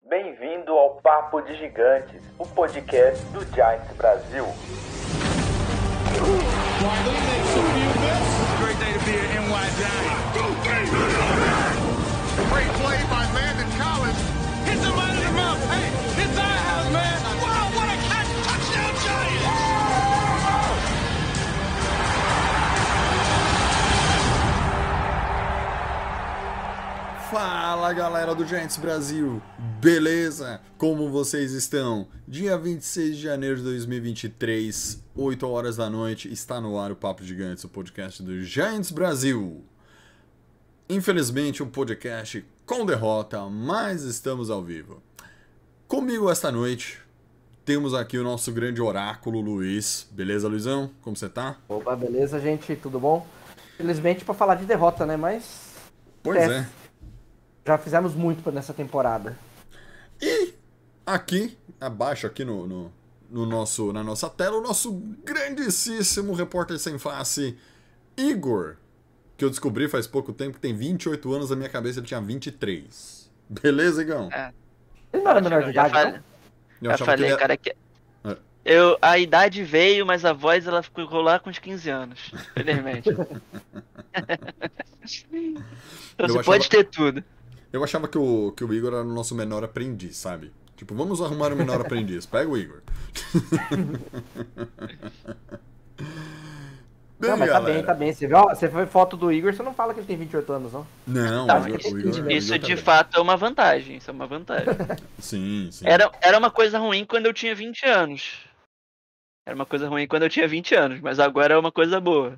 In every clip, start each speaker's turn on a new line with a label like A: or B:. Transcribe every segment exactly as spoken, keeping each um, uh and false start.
A: Bem-vindo ao Papo de Gigantes, o podcast do Giants Brasil.
B: Fala galera do Giants Brasil, beleza? Como vocês estão? Dia vinte e seis de janeiro de dois mil e vinte e três, oito horas da noite, está no ar o Papo Gigantes, o podcast do Giants Brasil. Infelizmente um podcast com derrota, mas estamos ao vivo. Comigo esta noite temos aqui o nosso grande oráculo Luiz. Beleza, Luizão? Como você tá?
C: Opa, beleza, gente? Tudo bom? Infelizmente para falar de derrota, né? Mas...
B: Pois é. é.
C: Já fizemos muito nessa temporada.
B: E aqui, abaixo aqui no, no, no nosso, na nossa tela, o nosso grandíssimo repórter sem face, Igor, que eu descobri faz pouco tempo que tem vinte e oito anos, na minha cabeça ele tinha vinte e três. Beleza, Igão?
D: É.
C: Ele não era menor de idade,
D: falei,
C: não?
D: Eu já falei,
B: que
D: cara, que...
B: É.
D: Eu, a idade veio, mas a voz ela ficou lá com uns quinze anos, infelizmente. Então você
B: achava...
D: pode ter tudo.
B: Eu achava que o, que o Igor era o nosso menor aprendiz, sabe? Tipo, vamos arrumar o menor aprendiz. Pega o Igor. Bem,
C: não, mas
B: galera.
C: tá bem, tá bem. Você viu, você foi foto do Igor, você não fala que ele tem vinte e oito anos, não?
B: Não,
D: Tá,
B: o Igor, o Igor, o
D: isso
B: Igor tá
D: de
B: bem.
D: fato é uma vantagem. Isso é uma vantagem.
B: Sim, sim.
D: Era, era uma coisa ruim quando eu tinha vinte anos. Era uma coisa ruim quando eu tinha vinte anos, mas agora é uma coisa boa.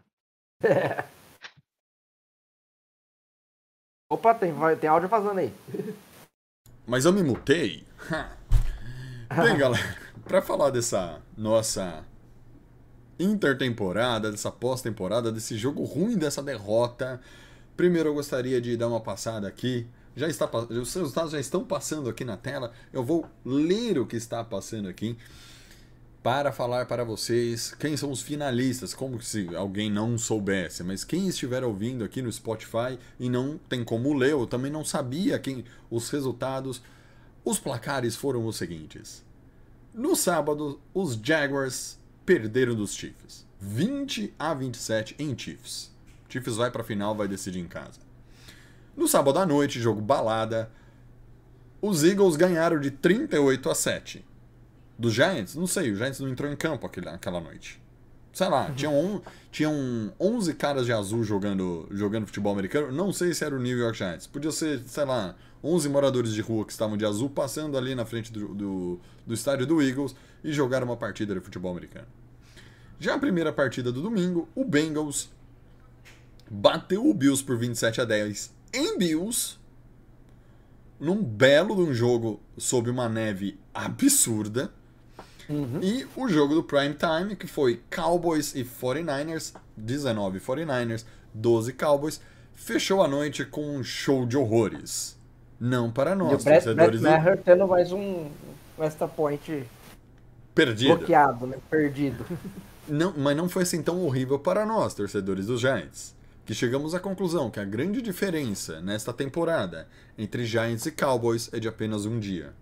C: Opa, tem, vai- tem áudio vazando aí.
B: Mas eu me mutei. Bem, galera, pra falar dessa nossa intertemporada, dessa pós-temporada, desse jogo ruim, dessa derrota, primeiro eu gostaria de dar uma passada aqui. Já está, pa- os resultados já estão passando aqui na tela. Eu vou ler o que está passando aqui para falar para vocês quem são os finalistas, como se alguém não soubesse, mas quem estiver ouvindo aqui no Spotify e não tem como ler, eu também não sabia quem os resultados, os placares foram os seguintes. No sábado, os Jaguars perderam dos Chiefs, vinte a vinte e sete em Chiefs. Chiefs vai para a final, vai decidir em casa. No sábado à noite, jogo balada, os Eagles ganharam de trinta e oito a sete. Dos Giants? Não sei, o Giants não entrou em campo aquele, aquela noite. Sei lá, tinham, on, tinham onze caras de azul jogando, jogando futebol americano. Não sei se era o New York Giants. Podia ser, sei lá, onze moradores de rua que estavam de azul passando ali na frente do, do, do estádio do Eagles e jogaram uma partida de futebol americano. Já a primeira partida do domingo, o Bengals bateu o Bills por vinte e sete a dez em Bills, num belo de um jogo sob uma neve absurda.
C: Uhum.
B: E o jogo do prime time, que foi Cowboys e forty-niners, dezenove forty-niners, doze Cowboys, fechou a noite com um show de horrores. Não para
C: E o
B: nós,
C: Brett,
B: torcedores
C: Brett
B: do...
C: Maher tendo mais um, um extra point
B: Perdido.
C: bloqueado, né? Perdido.
B: Não, mas não foi assim tão horrível para nós, torcedores dos Giants, que chegamos à conclusão que a grande diferença nesta temporada entre Giants e Cowboys é de apenas um dia.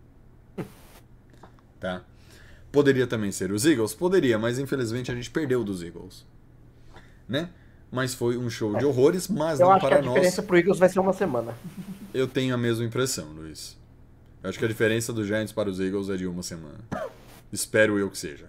B: Tá? Poderia também ser os Eagles? Poderia, mas infelizmente a gente perdeu dos Eagles. Né? Mas foi um show de horrores, mas
C: Eu
B: não
C: acho que
B: para
C: a
B: nós.
C: diferença pro Eagles vai ser uma semana.
B: Eu tenho a mesma impressão, Luiz. Eu acho que a diferença dos Giants para os Eagles é de uma semana. Espero eu que seja.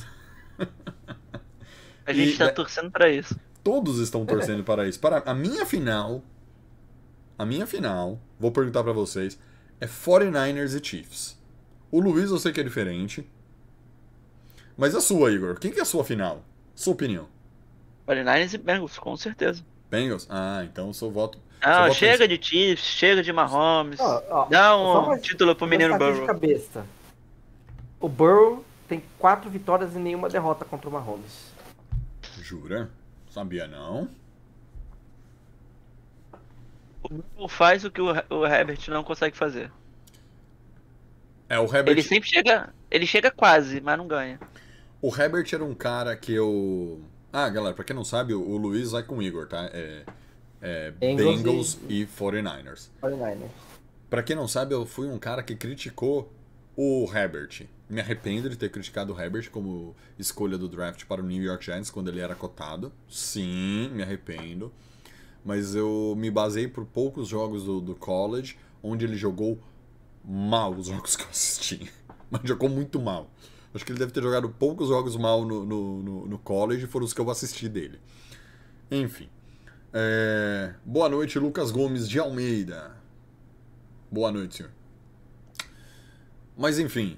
D: A gente
B: E-
D: tá torcendo pra isso.
B: Todos estão torcendo para isso. Para a minha final, a minha final, vou perguntar para vocês, é forty-niners e Chiefs. O Luiz eu sei que é diferente. Mas a sua, Igor? Quem que é a sua final? Sua opinião?
D: forty-niners e Bengals, com certeza.
B: Bengals? Ah, então eu sou voto...
D: Ah,
B: sou voto
D: chega
B: em-
D: de Chiefs, chega de Mahomes.
C: Ó, ó,
D: Dá
C: só
D: um
C: uma-
D: título pro
C: uma
D: menino
C: estatística
D: Burrow.
C: besta. O Burrow tem quatro vitórias e nenhuma derrota contra o Mahomes.
B: Jura? Sabia não?
D: O Burrow faz o que o, o Herbert não consegue fazer.
B: É, o Herbert...
D: Ele sempre chega. Ele chega quase, mas não ganha.
B: O Herbert era um cara que eu... Ah, galera, pra quem não sabe, o Luiz vai com o Igor, tá? É, é
C: Bengals
B: Bengals e forty-niners.
C: forty-niners.
B: Pra quem não sabe, eu fui um cara que criticou o Herbert. Me arrependo de ter criticado o Herbert como escolha do draft para o New York Giants quando ele era cotado. Sim, me arrependo. Mas eu me basei por poucos jogos do, do college, onde ele jogou mal os jogos que eu assisti. Mas jogou muito mal. Acho que ele deve ter jogado poucos jogos mal no, no, no, no college, foram os que eu assisti dele. Enfim. É... Boa noite, Lucas Gomes de Almeida. Boa noite, senhor. Mas enfim.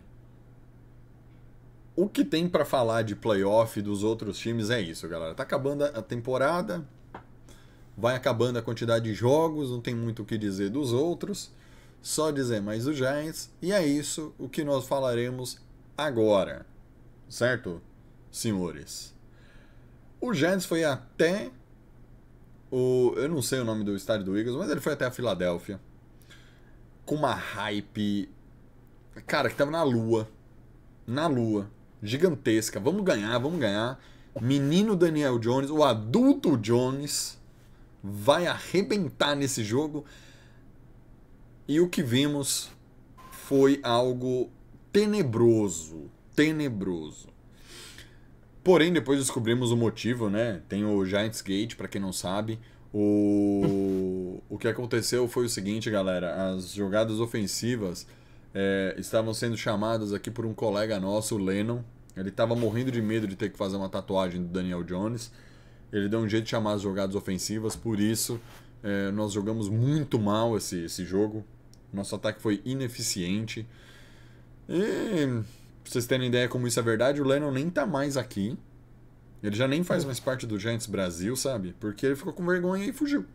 B: O que tem pra falar de playoff dos outros times é isso, galera. Tá acabando a temporada. Vai acabando a quantidade de jogos. Não tem muito o que dizer dos outros. Só dizer mais do Giants. E é isso o que nós falaremos agora. Certo, senhores? O Giants foi até o... Eu não sei o nome do estádio do Eagles, mas ele foi até a Filadélfia. Com uma hype... Cara, que tava na lua. Na lua. Gigantesca. Vamos ganhar, vamos ganhar. Menino Daniel Jones, o adulto Jones, vai arrebentar nesse jogo. E o que vimos foi algo tenebroso. Tenebroso. Porém, depois descobrimos o motivo, né? Tem o Giants Gate, pra quem não sabe. O, o que aconteceu foi o seguinte, galera. As jogadas ofensivas é, estavam sendo chamadas aqui por um colega nosso, o Lennon. Ele estava morrendo de medo de ter que fazer uma tatuagem do Daniel Jones. Ele deu um jeito de chamar as jogadas ofensivas, por isso é, nós jogamos muito mal esse, esse jogo. Nosso ataque foi ineficiente. E, pra vocês terem ideia como isso é verdade, o Lennon nem tá mais aqui. Ele já nem faz mais parte do Giants Brasil, sabe? Porque ele ficou com vergonha e fugiu.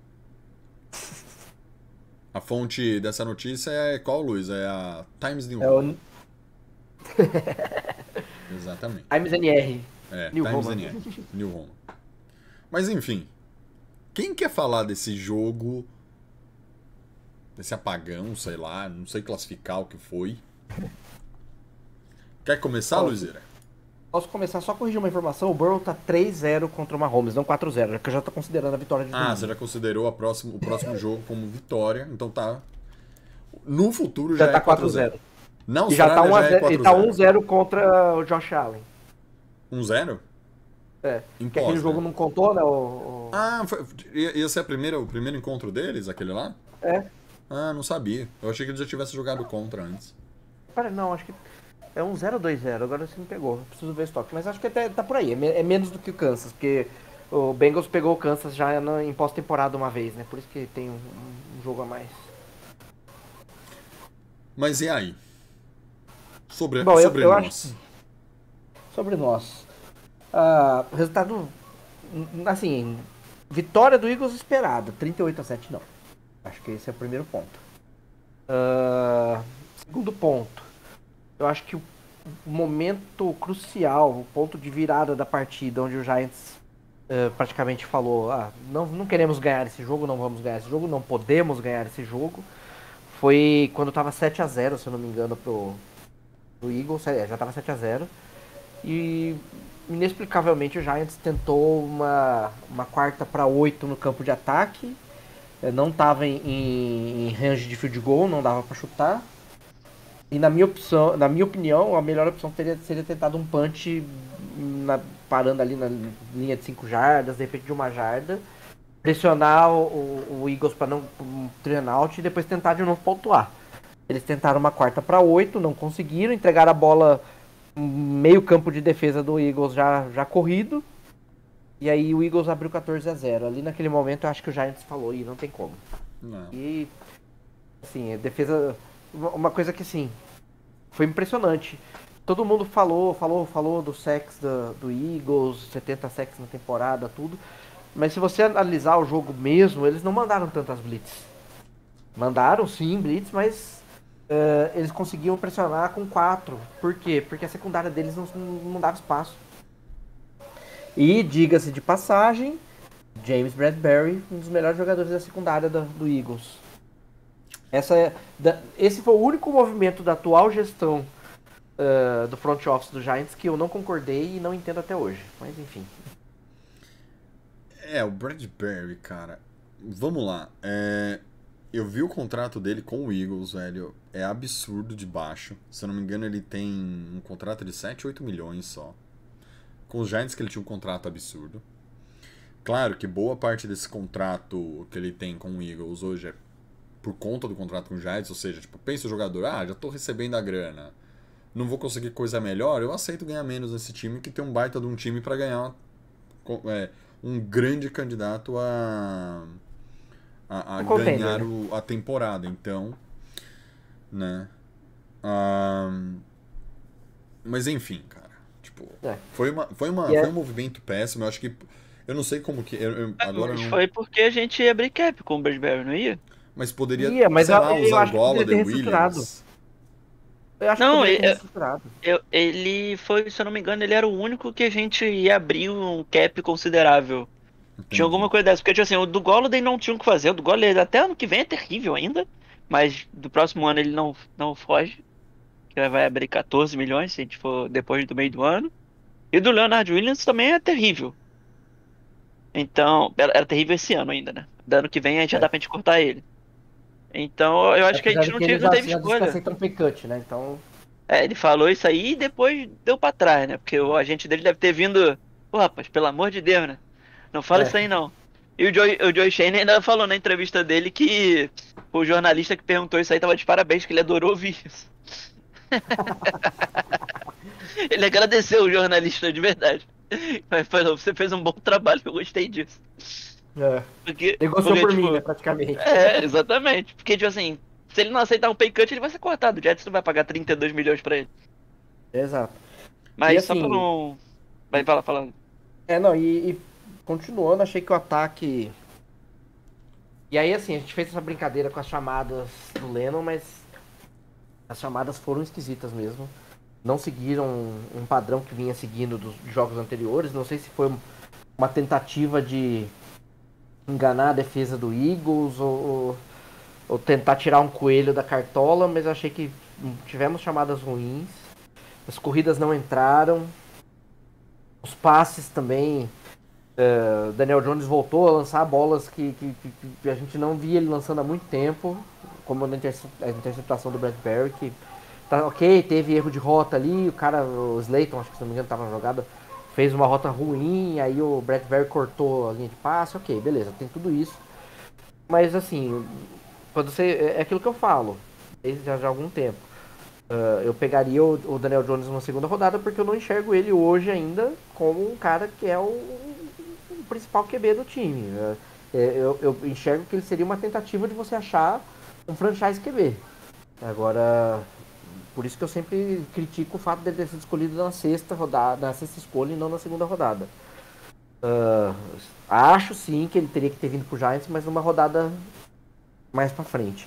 B: A fonte dessa notícia é qual, Luiz? É a Times New Roman.
C: É o...
B: Exatamente.
C: Times N R.
B: É,
C: New
B: Times
C: Roman.
B: N R. New Roman. Mas enfim. Quem quer falar desse jogo? Desse apagão, sei lá. Não sei classificar o que foi. Quer começar,
C: Posso.
B: Luizera?
C: Posso começar só corrigir uma informação? O Burrow tá três a zero contra o Mahomes, não quatro a zero, que eu já tô considerando a vitória de
B: Ah,
C: domingo.
B: você já considerou a próximo, o próximo jogo como vitória, então tá. No futuro já,
C: Já tá
B: é quatro a
C: quatro a
B: zero.
C: zero.
B: Na
C: E já tá
B: Austrália
C: um a
B: já é
C: zero,
B: quatro
C: ele
B: a
C: tá
B: zero.
C: um a zero contra o Josh Allen.
B: um zero?
C: É,
B: Em
C: porque aquele
B: pós,
C: jogo
B: né?
C: não contou, né? O, o-
B: Ah, foi, ia, ia ser a primeira, o primeiro encontro deles, aquele lá?
C: É.
B: Ah, não sabia. Eu achei que eles já tivessem jogado contra antes.
C: Pera, não, acho que é um zero ou dois a zero, agora você me pegou. Preciso ver o estoque, mas acho que até tá por aí. É, me- é menos do que o Kansas, porque o Bengals pegou o Kansas já na- em pós-temporada uma vez, né? Por isso que tem um, um jogo a mais.
B: Mas e aí? Sobre,
C: Bom, eu-
B: sobre
C: eu
B: nós.
C: acho- Sobre nós. Ah, o resultado, hum, assim, vitória do Eagles esperada, trinta e oito a sete não. Acho que esse é o primeiro ponto. Ah, segundo ponto, eu acho que o momento crucial, o ponto de virada da partida, onde o Giants eh, praticamente falou, ah, não, não queremos ganhar esse jogo, não vamos ganhar esse jogo, não podemos ganhar esse jogo, foi quando estava sete a zero, se eu não me engano, pro, pro Eagles, é, já estava sete a zero, e inexplicavelmente o Giants tentou uma, uma quarta para oito no campo de ataque, eh, não estava em, em, em range de field goal, não dava para chutar. E na minha opção, na minha opinião, a melhor opção teria, seria tentado um punch na- parando ali na linha de cinco jardas, de repente de uma jarda, pressionar o, o- o Eagles para não um three out e depois tentar de novo pontuar. Eles tentaram uma quarta para oito, não conseguiram, entregaram a bola meio campo de defesa do Eagles já, já corrido. E aí o Eagles abriu quatorze a zero. Ali naquele momento eu acho que o Giants falou, e não tem como.
B: Não.
C: E assim, a defesa. Uma uma coisa que assim. Foi impressionante. Todo mundo falou, falou, falou do sacks do, do Eagles, setenta sacks na temporada, tudo. Mas se você analisar o jogo mesmo, eles não mandaram tantas blitz. Mandaram sim blitz, mas eh, eles conseguiam pressionar com quatro. Por quê? Porque a secundária deles não, não dava espaço. E, diga-se de passagem, James Bradbury, um dos melhores jogadores da secundária da- do Eagles. Essa é, da- esse foi o único movimento da atual gestão ah, do front office do Giants que eu não concordei e não entendo até hoje. Mas enfim.
B: É, o Bradbury, cara. Vamos lá. É, Eu vi o contrato dele com o Eagles, velho. É absurdo de baixo. Se eu não me engano, ele tem um contrato de sete, oito milhões só. Com os Giants que ele tinha um contrato absurdo. Claro que boa parte desse contrato que ele tem com o Eagles hoje é por conta do contrato com o Giants, ou seja, tipo, pensa o jogador, ah, já tô recebendo a grana, não vou conseguir coisa melhor, eu aceito ganhar menos nesse time que tem um baita de um time para ganhar é, um grande candidato a, a, a
C: Um contender,
B: ganhar
C: né?
B: o, a temporada, então, né? Ah, mas enfim, cara, tipo,
C: É.
B: foi, uma, foi, uma,
C: E é-
B: foi um movimento péssimo, eu acho que, eu não sei como que, eu, eu- agora
D: Mas
B: não,
D: foi porque a gente ia abrir cap com o Bradbury, não ia?
B: mas poderia,
C: Ia, mas
B: sei
C: eu-
B: lá,
C: eu
B: usar o
C: acho que
B: Gola
C: poderia
B: de
C: ter reestruturado.
B: Williams.
C: Eu acho
D: Não,
C: que poderia
D: e-
C: ter reestruturado.
D: Eu, ele foi, se eu não me engano, ele era o único que a gente ia abrir um cap considerável. Tinha
B: Entendi.
D: alguma coisa dessa, porque, tipo assim, o do Golladay não tinha o que fazer. O do Golladay até ano que vem é terrível ainda, mas do próximo ano ele não, não foge, que vai abrir quatorze milhões se a gente for depois do meio do ano. E o do Leonard Williams também é terrível. Então, era, era terrível esse ano ainda, né? Do ano que vem a gente já
C: É.
D: dá pra gente cortar ele. Então, eu acho que a
C: Apesar
D: gente
C: de
D: não,
C: que
D: tinha,
C: ele
D: não
C: já,
D: teve
C: já disse que
D: escolha.
C: aceita um pay cut, né? Então,
D: É, ele falou isso aí e depois deu pra trás, né? Porque o agente dele deve ter vindo. Pô, rapaz, pelo amor de Deus, né? Não fala
C: É.
D: isso aí não. E o Joey, o Joey Shane ainda falou na entrevista dele que o jornalista que perguntou isso aí tava de parabéns, que ele adorou ouvir isso. Ele agradeceu o jornalista de verdade. Mas falou, você fez um bom trabalho, eu gostei disso.
C: é.
D: Porque,
C: Negociou
D: porque
C: por
D: tipo,
C: mim, né? Praticamente.
D: é, exatamente. Porque, tipo assim, se ele não aceitar um pay cut, ele vai ser cortado. O Jets não vai pagar trinta e dois milhões pra ele.
C: Exato.
D: Mas
C: E
D: só pra
C: assim,
D: não. Vai falar, falando.
C: É, não, e, e continuando, achei que o ataque. E aí, assim, a gente fez essa brincadeira com as chamadas do Lennon, mas as chamadas foram esquisitas mesmo. Não seguiram um padrão que vinha seguindo dos jogos anteriores. Não sei se foi uma tentativa de enganar a defesa do Eagles ou, ou, ou tentar tirar um coelho da cartola, mas eu achei que tivemos chamadas ruins. As corridas não entraram. Os passes também. O uh, Daniel Jones voltou a lançar bolas que, que, que, que a gente não via ele lançando há muito tempo, como na intercept, a interceptação do Bradbury, que tá ok, teve erro de rota ali, o cara, o Slayton, acho que se não me engano estava na jogada, fez uma rota ruim, aí o Bradbury cortou a linha de passe, ok, beleza, tem tudo isso. Mas assim, quando você, é aquilo que eu falo, desde já, já há algum tempo. Uh, eu pegaria o, o Daniel Jones numa segunda rodada porque eu não enxergo ele hoje ainda como um cara que é o, o principal Q B do time. Uh, eu, eu enxergo que ele seria uma tentativa de você achar um franchise Q B. Agora, por isso que eu sempre critico o fato dele ter sido escolhido na sexta rodada, na sexta escolha e não na segunda rodada. Uh, acho sim que ele teria que ter vindo pro Giants, mas numa rodada mais pra frente.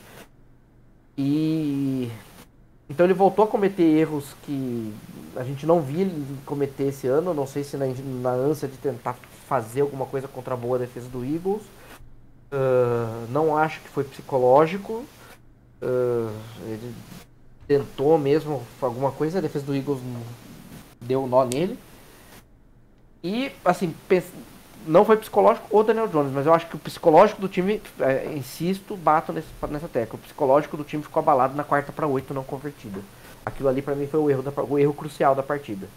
C: E então ele voltou a cometer erros que a gente não via ele cometer esse ano. Não sei se na, na ânsia de tentar fazer alguma coisa contra a boa defesa do Eagles. Uh, não acho que foi psicológico. Uh, ele tentou mesmo alguma coisa, a defesa do Eagles deu um nó nele. E, assim, pens... não foi psicológico o Daniel Jones, mas eu acho que o psicológico do time, é, insisto, bato nesse, nessa tecla, o psicológico do time ficou abalado na quarta para oito não convertida. Aquilo ali para mim foi o erro, da, o erro crucial da partida.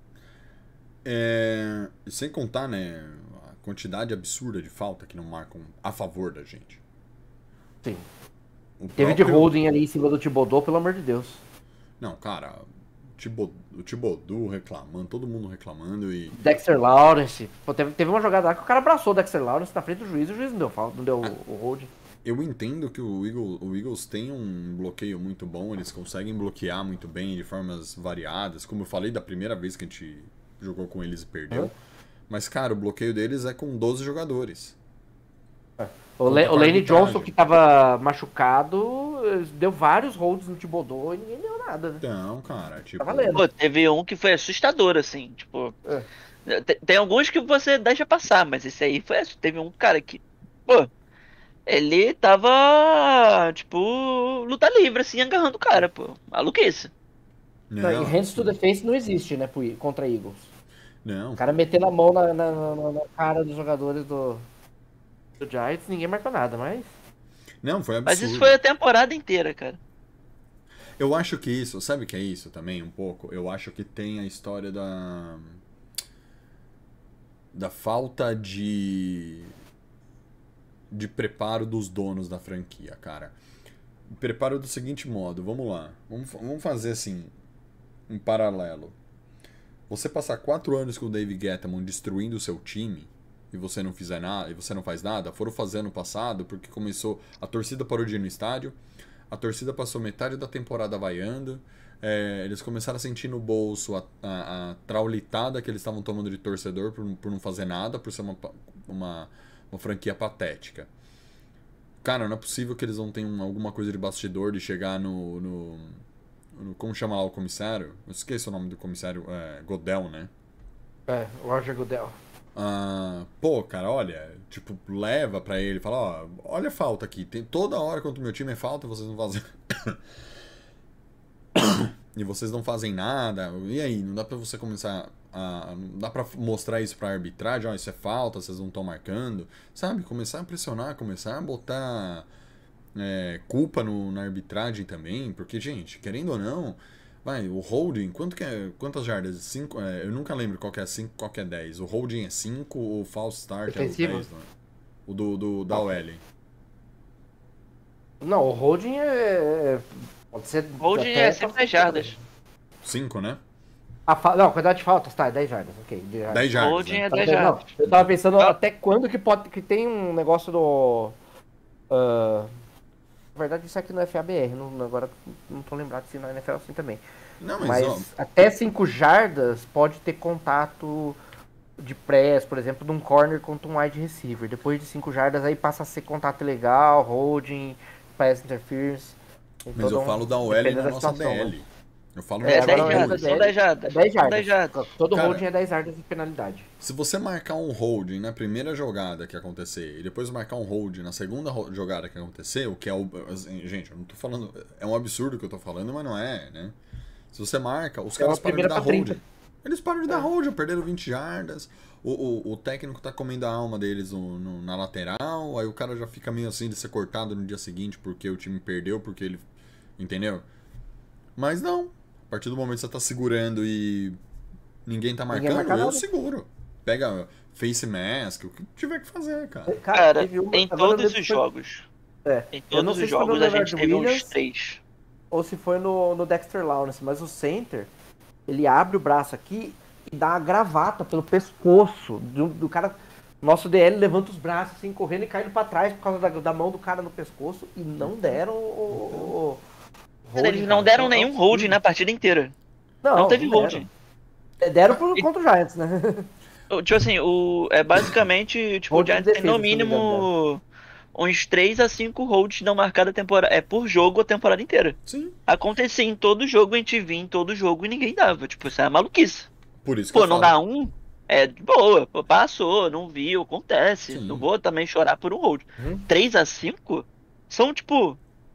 B: É, sem contar, né, a quantidade absurda de falta que não marcam a favor da gente.
C: Sim.
B: O
C: Teve
B: próprio...
C: de holding ali em cima do Thibodeau, pelo amor de Deus.
B: Não, cara, o Thibodeau reclamando, todo mundo reclamando e...
C: Dexter Lawrence. Pô, teve, teve uma jogada lá que o cara abraçou o Dexter Lawrence na frente do juiz e o juiz não deu falta, não deu ah, o hold.
B: Eu entendo que o Eagles, o Eagles tem um bloqueio muito bom, eles conseguem bloquear muito bem de formas variadas, como eu falei da primeira vez que a gente jogou com eles e perdeu. Uhum. Mas, cara, o bloqueio deles é com doze jogadores.
C: É. O, Le, o Lane Johnson, que tava machucado, deu vários holds no Thibodeau e ninguém deu nada, né?
B: Não, cara, tipo...
C: Tá valendo.
D: Pô, teve um que foi assustador, assim, tipo... É. Tem, tem alguns que você deixa passar, mas esse aí foi... Teve um cara que... Pô, ele tava, tipo, luta livre, assim, agarrando o cara, pô. Maluquice.
C: Não, não, e hands to the face não existe, né, contra Eagles.
B: Não.
C: O cara metendo a mão na, na, na, na cara dos jogadores do... do Giants, ninguém marcou nada, mas...
B: Não, foi
D: Mas
B: absurdo.
D: isso foi a temporada inteira, cara.
B: Eu acho que isso, sabe o que é isso também, um pouco? Eu acho que tem a história da. Da falta de. De preparo dos donos da franquia, cara. Preparo do seguinte modo, vamos lá. Vamos, vamos fazer assim. Um paralelo. Você passar quatro anos com o David Gettleman destruindo o seu time e você não fizer nada, e você não faz nada, foram fazer ano passado porque começou. A torcida parou de ir no estádio. A torcida passou metade da temporada vaiando. É, eles começaram a sentir no bolso a, a, a traulitada que eles estavam tomando de torcedor por, por não fazer nada, por ser uma, uma, uma franquia patética. Cara, não é possível que eles não tenham alguma coisa de bastidor de chegar no. no, no como chama lá o comissário? Eu esqueço o nome do comissário. É, Godel, né?
C: É, Roger Goodell.
B: Ah, pô, cara, olha, tipo, leva pra ele, fala, ó, olha a falta aqui, tem toda hora quando o meu time é falta, vocês não fazem. E vocês não fazem nada. E aí, não dá pra você começar a. Não dá pra mostrar isso pra arbitragem, ó, isso é falta, vocês não estão marcando. Sabe? Começar a pressionar, começar a botar é, culpa no, na arbitragem também, porque, gente, querendo ou não. Vai, o holding, quanto que é, quantas jardas? Cinco, é, eu nunca lembro qual que é cinco, qual que é dez. O holding é cinco, o false start
C: Defensivo?
B: é o dez, não é? O do, do, da O L.
C: Não, o holding é. Pode ser.
D: Holding
C: até
D: é sempre dez jardas.
B: cinco, né?
C: A fa... Não, quantidade de faltas, tá, é dez jardas, ok. dez jardas.
B: dez jardas.
D: Holding
B: né?
D: é dez
C: Não,
D: jardas.
C: eu tava pensando
D: Ah.
C: até quando que pode. Que tem um negócio do. ah, Na verdade, isso aqui no F A B R, não, agora não tô lembrado se na N F L assim também.
B: Não, mas,
C: Mas
B: ó,
C: até cinco jardas pode ter contato de press, por exemplo, de um corner contra um wide receiver. Depois de cinco jardas aí passa a ser contato legal, holding, pass interference. Tem
B: mas
C: todo
B: eu
C: um-
B: falo da O L
C: dependendo
B: na
C: da
B: nossa
C: situação,
B: D L.
C: né?
B: Eu falo
D: É,
B: na
C: agora
D: dez
C: o
B: nossa
C: L
D: jardas.
C: é
D: São dez jardas.
C: dez
D: São
C: jardas.
D: dez jardas.
C: Todo
B: Cara,
C: holding é dez jardas de penalidade.
B: Se você marcar um holding na primeira jogada que acontecer e depois marcar um holding na segunda ro- jogada que acontecer, o que é o. assim, gente, eu não tô falando. É um absurdo o que eu tô falando, mas não é, né? Se você marca, os
C: É uma
B: caras param de
C: primeira
B: dar
C: pra trinta.
B: holding. Eles param de dar holding, perderam vinte jardas. O, o, o técnico tá comendo a alma deles no, no- na lateral. Aí o cara já fica meio assim de ser cortado no dia seguinte porque o time perdeu, porque ele. Entendeu? Mas não. A partir do momento que você tá segurando e ninguém tá
C: Ninguém
B: marcando,
C: marca
B: eu
C: nada.
B: seguro. Pega face mask, o que tiver que fazer, cara.
D: Cara,
C: teve uma-
D: em
C: agora eu
D: todos
C: lembro
D: os
C: se foi-
D: jogos.
C: É.
D: Em
C: Eu não
D: todos
C: sei
D: os
C: se foi no
D: jogos a
C: Leonard
D: gente teve uns
C: Williams.
D: três.
C: Ou se foi no, no Dexter Lawrence, mas o center, ele abre o braço aqui e dá uma gravata pelo pescoço do, do cara. Nosso D L levanta os braços assim, correndo e caindo pra trás por causa da, da mão do cara no pescoço e não deram o. o, o holding,
D: Eles não
C: cara.
D: deram
C: Então,
D: nenhum holding na partida inteira.
C: Não,
D: Não teve
C: deram.
D: holding.
C: Deram pro, contra o Giants, né?
D: O- Tipo assim, o, é basicamente, tipo, o
C: Holding de
D: Giants tem
C: defesa,
D: no
C: se não me
D: mínimo uns três a cinco holds não marcados a temporada, é por jogo a temporada inteira.
B: Sim.
D: Acontecia em todo jogo, a gente via em todo jogo e ninguém dava. Tipo, isso é uma maluquice.
B: Por isso que
D: Pô,
B: eu
D: não
B: falo.
D: dá um, é de boa. Pô, passou, não viu, acontece.
B: Sim.
D: Não vou também chorar por um hold.
C: Uhum.
D: três a cinco são, tipo,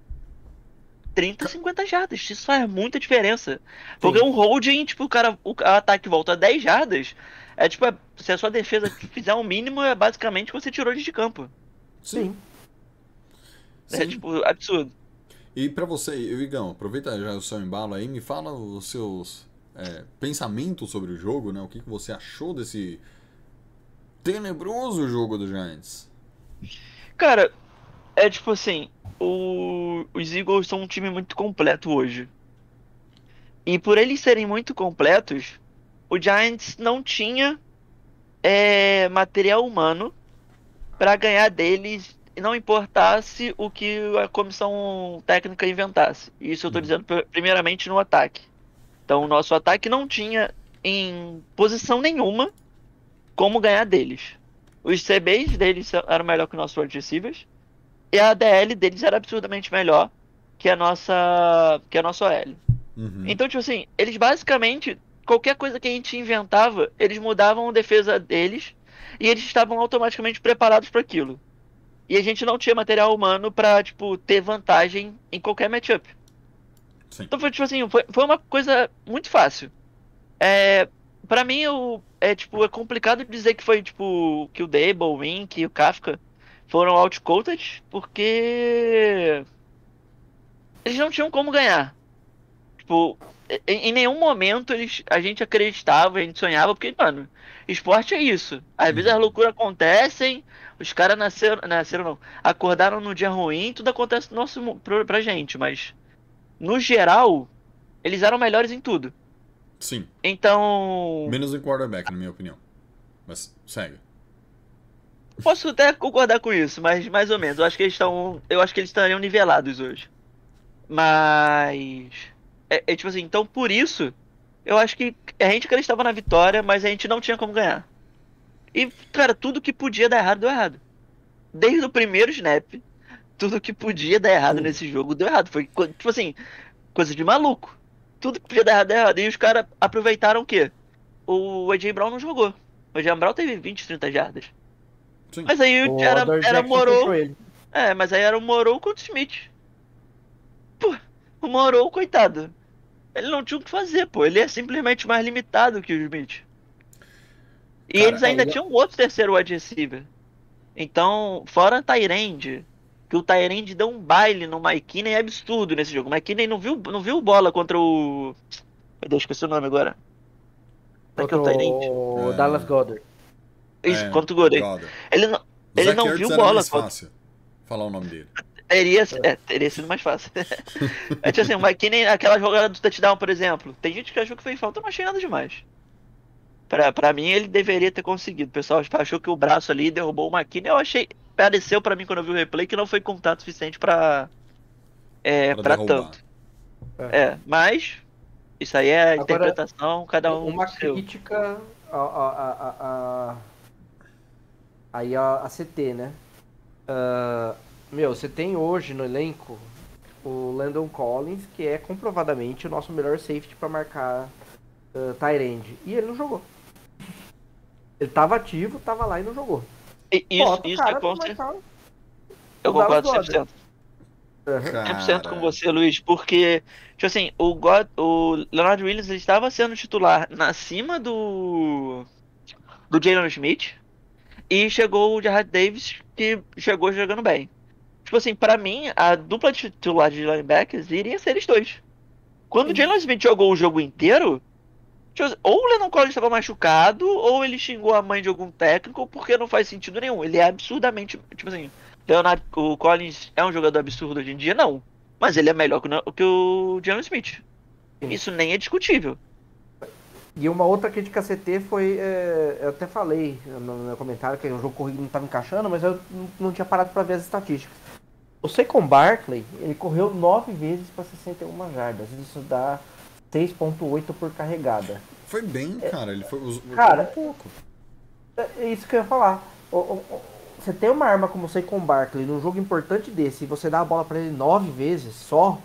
D: trinta, cinquenta jardas. Isso faz muita diferença. Porque um holding, tipo, o cara, o ataque volta dez jardas. É tipo, é- se a sua defesa fizer um mínimo, é basicamente você tirou ele de campo.
B: Sim.
D: É
B: Sim.
D: tipo, absurdo.
B: E pra você, Igão, aproveita já o seu embalo aí, me fala os seus é, pensamentos sobre o jogo, né? O que, que você achou desse tenebroso jogo do Giants?
D: Cara, é tipo assim, o- os Eagles são um time muito completo hoje. E por eles serem muito completos, o Giants não tinha é, material humano pra ganhar deles, e não importasse o que a comissão técnica inventasse. Isso eu tô
B: Uhum.
D: dizendo pr- primeiramente no ataque. Então o nosso ataque não tinha em posição nenhuma como ganhar deles. Os C Bs deles eram melhor que os nossos wide receivers. E a D L deles era absurdamente melhor que a nossa, que a nossa O L.
B: Uhum.
D: Então, tipo assim, eles basicamente, qualquer coisa que a gente inventava, eles mudavam a defesa deles e eles estavam automaticamente preparados para aquilo. E a gente não tinha material humano pra, tipo, ter vantagem em qualquer matchup.
B: Sim.
D: Então foi tipo assim, foi, foi uma coisa muito fácil. É, pra mim, eu, é tipo, é complicado dizer que foi tipo que o Dable, o Wink e o Kafka foram outcoached porque eles não tinham como ganhar. Tipo, em, em nenhum momento eles, a gente acreditava, a gente sonhava, porque, mano, esporte é isso. Às vezes as loucuras acontecem, os caras nasceram, nasceram não, acordaram num dia ruim, tudo acontece no nosso, mu- pra, pra gente, mas no geral, eles eram melhores em tudo.
B: Sim.
D: Então,
B: Menos em quarterback, na minha opinião. Mas segue.
D: posso até concordar com isso, mas mais ou menos. Eu acho que eles estão, eu acho que eles estariam nivelados hoje. Mas é, é tipo assim, então por isso, eu acho que a gente acreditava na vitória, mas a gente não tinha como ganhar. E, cara, tudo que podia dar errado, deu errado. Desde o primeiro snap, tudo que podia dar errado
B: Tudo.
D: nesse jogo deu errado. Foi, co- tipo assim, coisa de maluco. Tudo que podia dar errado, deu errado. E os caras aproveitaram o quê? O A J Brown não jogou. O A J Brown teve vinte, trinta jardas.
B: Sim.
D: Mas aí
C: O
D: era,
C: Adore
D: era
C: Jackson
D: Morou.
C: comprou ele.
D: É, mas aí era o Morou contra o Smith. Pô, o Morou, coitado. Ele não tinha o que fazer, pô. Ele é simplesmente mais limitado que o Smith. E
B: Cara,
D: eles ainda
C: ele-
D: tinham outro terceiro wide receiver. Então, fora Tyrande, que o Tyrande deu um baile no McKinney absurdo nesse jogo. O McKinney não viu, não viu bola contra o. Meu Deus, esqueci o nome agora. Como é que é
C: Contra
D: o Tyrande?
C: o
B: É.
C: Dallas Goddard.
D: Isso,
B: É,
D: contra o Golden.
B: Goddard.
D: Ele não,
B: O
D: ele
B: Zach
D: não
B: Ertz
D: viu
B: era
D: bola
B: mais
D: contra.
B: fácil falar o nome dele.
D: Teria, é, teria sido mais fácil. É tipo assim, o McKinney, aquela jogada do touchdown, por exemplo. Tem gente que achou que fez falta, eu não achei nada demais. Pra, pra mim, ele deveria ter conseguido. O pessoal achou que o braço ali derrubou o McKinney. Eu achei. Pareceu pra mim quando eu vi o replay que não foi contato suficiente pra. É,
B: Pra
D: pra
B: derrubar.
D: tanto. É, mas. Isso aí é
C: Agora,
D: interpretação, cada um
C: Uma
D: com o seu.
C: crítica a, a, a, a, a- aí a, a C T, né? Ah, meu, você tem hoje no elenco o Landon Collins, que é comprovadamente o nosso melhor safety pra marcar uh, tight end. E ele não jogou. Ele tava ativo, tava lá e não jogou.
D: E Isso,
C: Bota o
D: isso
C: cara
D: é
C: pra
D: contra.
C: marcar
D: Eu
C: o Dallas
D: concordo cem por
C: Goddard.
D: cento.
C: Aham.
D: cem por cento com
B: Cara,
D: você, Luiz, porque, tipo assim, o, God, o Leonard Williams ele estava sendo titular acima do, do Jalen Smith e chegou o Jarrad Davis, que chegou jogando bem. Tipo assim, pra mim, a dupla titular de linebackers iria ser eles dois. Quando o Jalen Smith jogou o jogo inteiro, tipo assim, ou o Lennon Collins estava machucado, ou ele xingou a mãe de algum técnico, porque não faz sentido nenhum. Ele é absurdamente, tipo assim, Leonard, o Collins é um jogador absurdo hoje em dia? Não. Mas ele é melhor que o, que o Jalen Smith.
C: Sim.
D: Isso nem é discutível.
C: E uma outra crítica a C T foi, é, eu até falei no meu comentário que o jogo corrido não estava encaixando, mas eu não- não tinha parado para ver as estatísticas. O Saquon Barkley, ele correu nove vezes para sessenta e uma jardas, isso dá seis ponto oito por carregada.
B: foi bem, cara. Ele foi us-
C: Cara,
B: um pouco.
C: É isso que eu ia falar. O- o- o- você tem uma arma como o Saquon Barkley num jogo importante desse e você dá a bola para ele nove vezes só,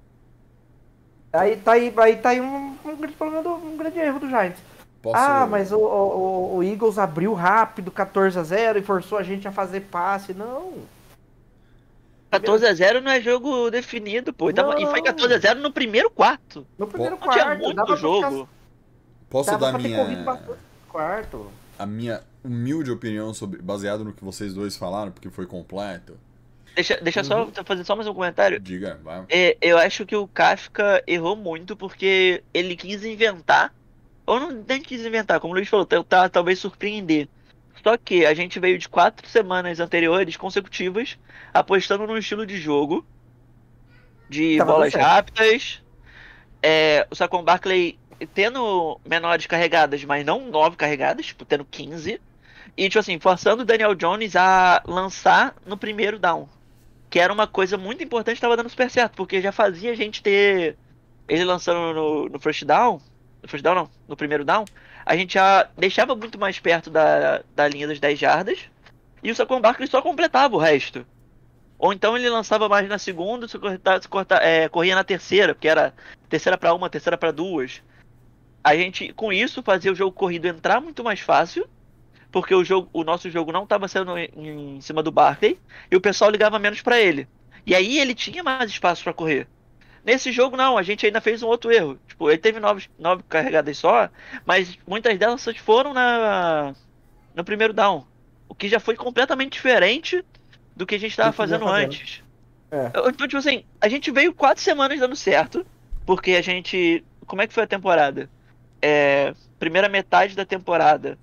C: aí tá aí, aí tá aí um, um grande problema, do, um grande erro do Giants.
B: Posso...
C: Ah, mas o, o, o Eagles abriu rápido, quatorze a zero, e forçou a gente a fazer passe. Não.
D: quatorze a zero não é jogo definido, pô. E, tava- e foi
C: Não.
D: quatorze a zero no primeiro quarto.
C: No primeiro
D: Não tinha
C: quarto,
D: muito
C: dava
D: jogo.
C: pra ficar,
B: Posso
C: dava
B: dar
C: pra ter
B: minha...
C: corrido bastante no quarto.
B: a minha humilde opinião sobre, baseado no que vocês dois falaram, porque foi completo?
D: Deixa, deixa só fazer só mais um comentário.
B: Diga, vai.
D: É, eu acho que o Kafka errou muito porque ele quis inventar, ou não nem quis inventar, como o Luiz falou, tentar talvez surpreender. Só que a gente veio de quatro semanas anteriores consecutivas apostando num estilo de jogo de
C: Tava dando
D: bolas
C: certo.
D: rápidas. É, o Saquon Barkley tendo menores carregadas, mas não nove carregadas, tipo, tendo quinze. E, tipo assim, forçando o Daniel Jones a lançar no primeiro down. Que era uma coisa muito importante, estava dando super certo, porque já fazia a gente ter ele lançando no, no first down, no first down não, no primeiro down, a gente já deixava muito mais perto da, da linha das dez jardas, e o Saquon Barkley só completava o resto. Ou então ele lançava mais na segunda, se corta, se corta, é, corria na terceira, porque era terceira para uma, terceira para duas. A gente, com isso, fazia o jogo corrido entrar muito mais fácil, porque o, jogo, o nosso jogo não estava sendo em, em cima do Barkley, e o pessoal ligava menos para ele. E aí ele tinha mais espaço para correr. Nesse jogo, não, a gente ainda fez um outro erro. Tipo, ele teve nove, nove carregadas só, mas muitas delas só foram na, no primeiro down. O que já foi completamente diferente do que a gente tava
C: Do que vinha
D: fazendo
C: fazendo.
D: antes.
C: É.
D: Eu- Então, tipo assim, a gente veio quatro semanas dando certo, porque a gente. Como é que foi a temporada? É, primeira metade da temporada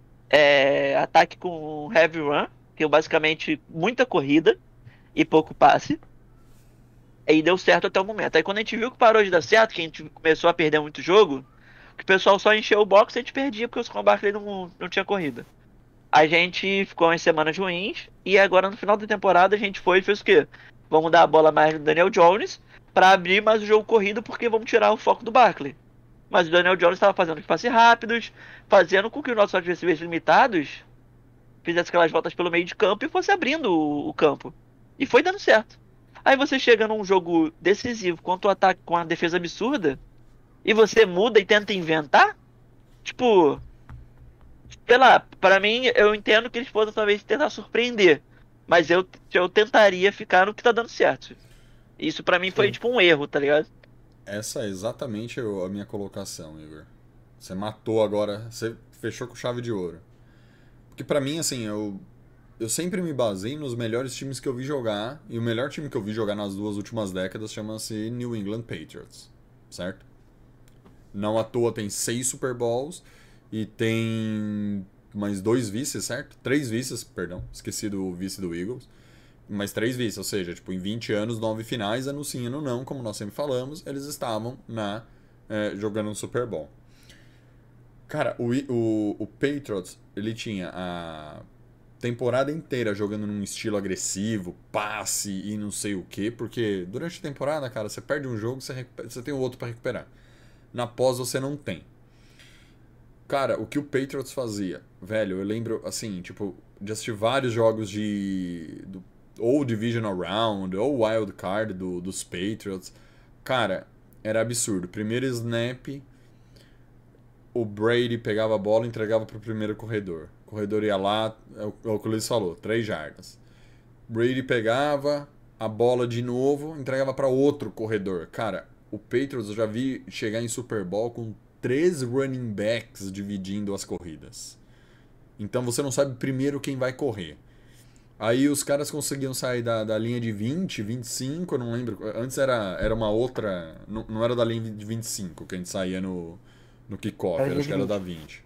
D: é ataque com heavy run, que é basicamente muita corrida e pouco passe. Aí deu certo até o momento. Aí quando a gente viu que parou de dar certo, que a gente começou a perder muito jogo, que o pessoal só encheu o box e a gente perdia porque os combates não, não tinha corrida. A gente ficou em semanas ruins e agora no final da temporada a gente foi e fez o quê? Vamos dar a bola mais no Daniel Jones pra abrir mais o jogo corrido porque vamos tirar o foco do Barkley. Mas o Daniel Jones estava fazendo os passes rápidos, fazendo com que os nossos adversários limitados fizessem aquelas voltas pelo meio de campo e fosse abrindo o, o campo. E foi dando certo. Aí você chega num jogo decisivo contra o ataque com uma defesa absurda e você muda e tenta inventar? Tipo, sei lá, pra mim, eu entendo que eles podem talvez tentar surpreender. Mas eu, eu tentaria ficar no que tá dando certo. Isso pra mim foi
C: Sim.
D: tipo um erro, tá ligado?
B: Essa é exatamente o- a minha colocação, Igor. Você matou agora, você fechou com chave de ouro. Porque pra mim, assim, eu, eu sempre me basei nos melhores times que eu vi jogar, e o melhor time que eu vi jogar nas duas últimas décadas chama-se New England Patriots, certo? Não à toa tem seis Super Bowls e tem mais dois vices, certo? Três vices, perdão, esqueci do vice do Eagles. Mais três vices, ou seja, tipo, em vinte anos, nove finais, ano sim, ano não, como nós sempre falamos, eles estavam na é, jogando no Super Bowl. Cara, o, I- o, o Patriots, ele tinha a temporada inteira jogando num estilo agressivo, passe e não sei o quê, porque durante a temporada, cara, você perde um jogo, você, recupe- você tem o outro pra recuperar. Na pós você não tem. Cara, o que o Patriots fazia, velho, eu lembro, assim, tipo, de assistir vários jogos de. Do, ou Divisional Round, ou Wild Card do, dos Patriots. Cara, era absurdo. Primeiro snap, o Brady pegava a bola e entregava pro primeiro corredor. O corredor ia lá, é o, é o que o Luiz falou, três jardas. Brady pegava a bola de novo, entregava para outro corredor. Cara, o Patriots eu já vi chegar em Super Bowl com três running backs dividindo as corridas. Então você não sabe primeiro quem vai correr. Aí os caras conseguiam sair da, da linha de vinte, vinte e cinco, eu não lembro. Antes era, era uma outra. Não, não era da linha de vinte e cinco que a gente saía no, no kickoff,
C: Era
B: era, acho que
C: de
B: era da vinte.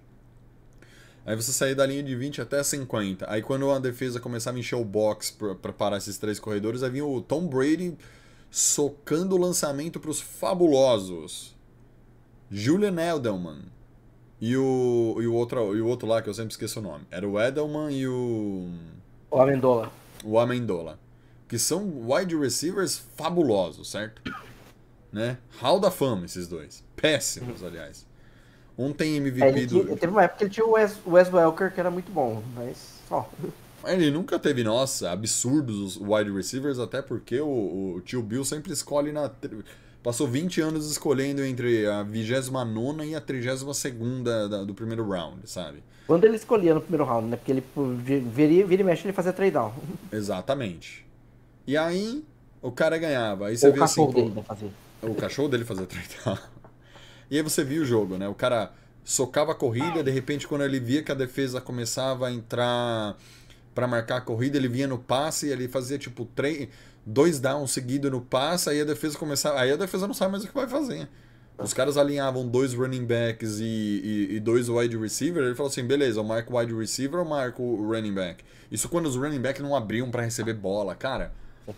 B: Aí você saía da linha de vinte até cinquenta. Aí quando a defesa começava a encher o box pra, pra parar esses três corredores, aí vinha o Tom Brady socando o lançamento pros fabulosos Julian Edelman. E o, e, o outro, e o outro lá, que eu sempre esqueço o nome. Era o Edelman e o.
C: O Amendola.
B: O Amendola. Que são wide receivers fabulosos, certo? Né? Hall da fama, esses dois. Péssimos, aliás. Um tem
C: É,
B: M V P
C: ele tinha-
B: do.
C: teve uma época que ele tinha o Wes, o Wes Welker, que era muito bom, mas só.
B: Ele nunca teve, nossa, absurdos os wide receivers, até porque o, o tio Bill sempre escolhe na. Passou vinte anos escolhendo entre a vigésima nona e a trigésima segunda da- do primeiro round, sabe?
C: Quando ele escolhia no primeiro round, né? Porque ele pô, vi- viria, vira e mexe, ele fazia trade down.
B: Exatamente. E aí, o cara ganhava. Aí você
C: Ou o
B: vê assim,
C: cachorro
B: pô,
C: dele, né, fazia.
B: o cachorro dele fazia trade down. E aí você viu o jogo, né? O cara socava a corrida, de repente quando ele via que a defesa começava a entrar pra marcar a corrida, ele vinha no passe e ele fazia tipo três, dois downs seguidos no passe, aí a defesa começava, aí a defesa não sabe mais o que vai fazer. Os caras alinhavam dois running backs e, e, e dois wide receiver, ele falou assim, beleza, eu marco o wide receiver ou marco o running back? Isso quando os running backs não abriam pra receber bola, cara.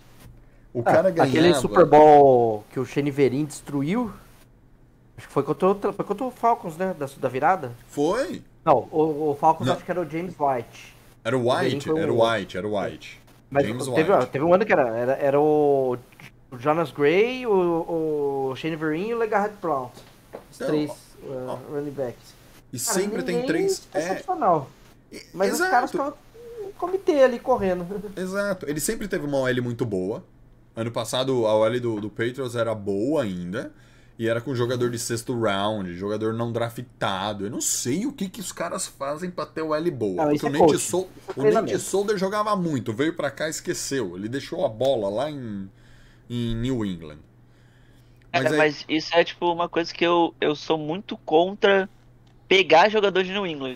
B: O cara
C: Ah,
B: ganhava...
C: aquele Super Bowl que o Shane Vereen destruiu, acho que foi contra, o- foi contra o Falcons, né? Da, da virada.
B: Foi?
C: Não, o, o Falcons
B: Não.
C: acho que era o James White.
B: Era o
C: Vereen
B: White,
C: foi
B: era
C: o-
B: o White, era o White.
C: Mas
B: James
C: teve,
B: White.
C: teve um ano que era, era, era o, o Jonas Gray, o, o Shane Vereen e o LeGarrette Blount. Os
B: Então,
C: três
B: ó,
C: uh, running backs.
B: E
C: Cara,
B: sempre tem
C: ninguém
B: três... É,
C: excepcional. Mas
B: exato.
C: os caras ficavam em comitê ali correndo.
B: Exato. Ele sempre teve uma O L muito boa. Ano passado a O L do, do Patriots era boa ainda. E era com jogador de sexto round, jogador não draftado. Eu não sei o que, que os caras fazem pra ter O L boa.
C: Não,
B: Porque
C: isso
B: o
C: é
B: Nate,
C: coach.
B: Sol,
C: Isso é
B: o
C: treinamento.
B: Nate Solder jogava muito. Veio pra cá e esqueceu. Ele deixou a bola lá em, em New England.
D: Mas,
B: Mas aí-
D: mas isso é tipo uma coisa que eu, eu sou muito contra pegar jogadores de New England.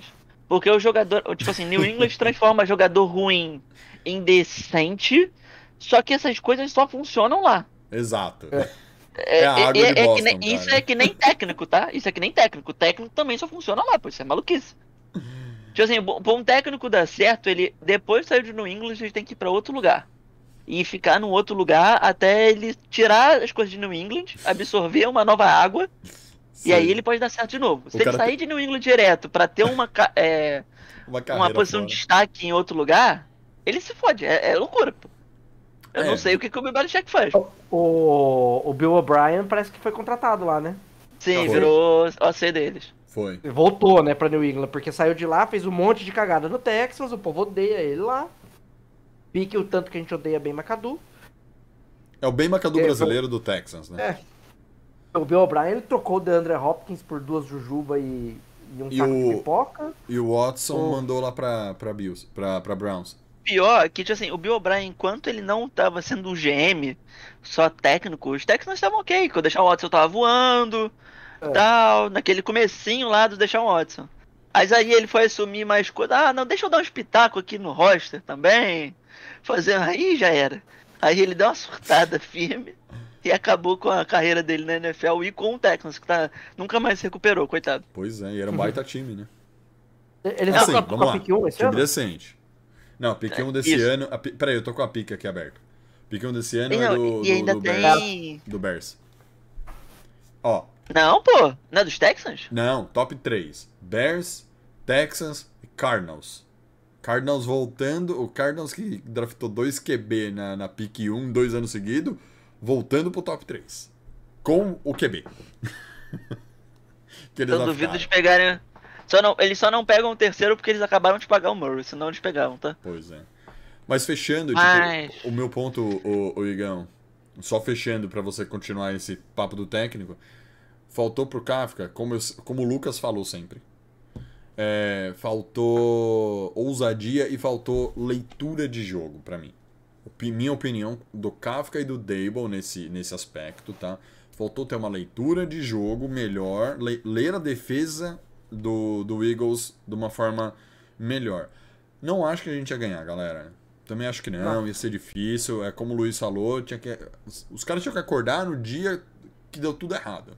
D: Porque o jogador, tipo assim, New England transforma jogador ruim em decente, só que essas coisas só funcionam lá.
B: Exato.
C: É.
B: É a
D: É,
B: água
D: é-
B: de
D: é que nem-
B: Boston,
D: isso
B: cara.
D: é que nem técnico, tá? Isso é que nem técnico. O técnico também só funciona lá, pô. Isso é maluquice. Tipo assim, bo- pra um técnico dar certo, ele depois de sair de New England, ele tem que ir pra outro lugar. E ficar num outro lugar até ele tirar as coisas de New England, absorver uma nova água, e aí
B: Sei.
D: ele pode dar certo de novo. Se
B: O
D: ele
B: cara
D: sair de New England direto pra ter uma, ca- é,
B: Uma
D: uma
B: carreira
D: posição
B: fora.
D: de destaque em outro lugar, ele se fode. É, é loucura, pô. Eu
B: É.
D: não sei o que, que o Bill Belichick faz.
C: O, o Bill O'Brien parece que foi contratado lá, né?
D: Sim,
B: Foi.
D: virou O C deles.
B: Foi.
C: Voltou, né, pra New England, porque saiu de lá, fez um monte de cagada no Texas, o povo odeia ele lá. Pique o tanto que a gente odeia bem McAdoo.
B: É o bem McAdoo
C: É,
B: brasileiro do Texans, né?
C: É. O Bill O'Brien ele trocou o DeAndre Hopkins por duas jujuba e, e um
B: E
C: saco
B: o-
C: de pipoca.
B: E o Watson
C: O-
B: mandou lá pra, pra Bills, pra, pra Browns.
D: Pior é que, tipo assim, o Bill O'Brien, enquanto ele não tava sendo o G M, só técnico, os Texans estavam ok. Quando o Deshaun Watson tava voando,
C: É.
D: tal, naquele comecinho lá do Deshaun Watson. Mas aí ele foi assumir mais coisa. Ah, não, deixa eu dar um espetáculo aqui no roster também. Fazendo, aí já era. Aí ele deu uma surtada firme e acabou com a carreira dele na N F L e com o Texans, que tá, nunca mais se recuperou, coitado.
B: Pois é, e era um baita time, né?
C: Ele
B: Assim,
C: tá com a,
B: vamos
C: com a
B: lá.
C: pick um esse
B: Time
C: ano?
B: decente. Não, pick um desse
D: isso.
B: ano. A, pi- peraí, eu tô com a pick aqui aberta. Pick um desse ano
D: E,
B: é
D: não,
B: do,
D: e ainda
B: do, do
D: tem.
B: Bears. Do Bears. Ó,
D: Não, pô, não é dos Texans?
B: não, top três. Bears, Texans e Cardinals. Cardinals voltando. O Cardinals que draftou dois Q B na, na pick um, dois anos seguidos, voltando pro top três. Com o Q B. que eles
D: Eu duvido
B: draftaram.
D: de pegarem. Só não, eles só não pegam o terceiro porque eles acabaram de pagar o Murray, senão eles pegavam, tá?
B: Pois é. Mas fechando,
D: Mas-
B: tipo, o meu ponto, o, o Igão, só fechando pra você continuar esse papo do técnico, faltou pro Kafka, como, eu- como o Lucas falou sempre, é, faltou ousadia e faltou leitura de jogo pra mim. Opi- Minha opinião do Kafka e do Dable nesse, nesse aspecto, tá? Faltou ter uma leitura de jogo melhor, le- ler a defesa do, do Eagles de uma forma melhor. Não acho que a gente ia ganhar, galera. Também acho que não, ia ser difícil. É como o Luiz falou, tinha que... os caras tinham que acordar no dia que deu tudo errado.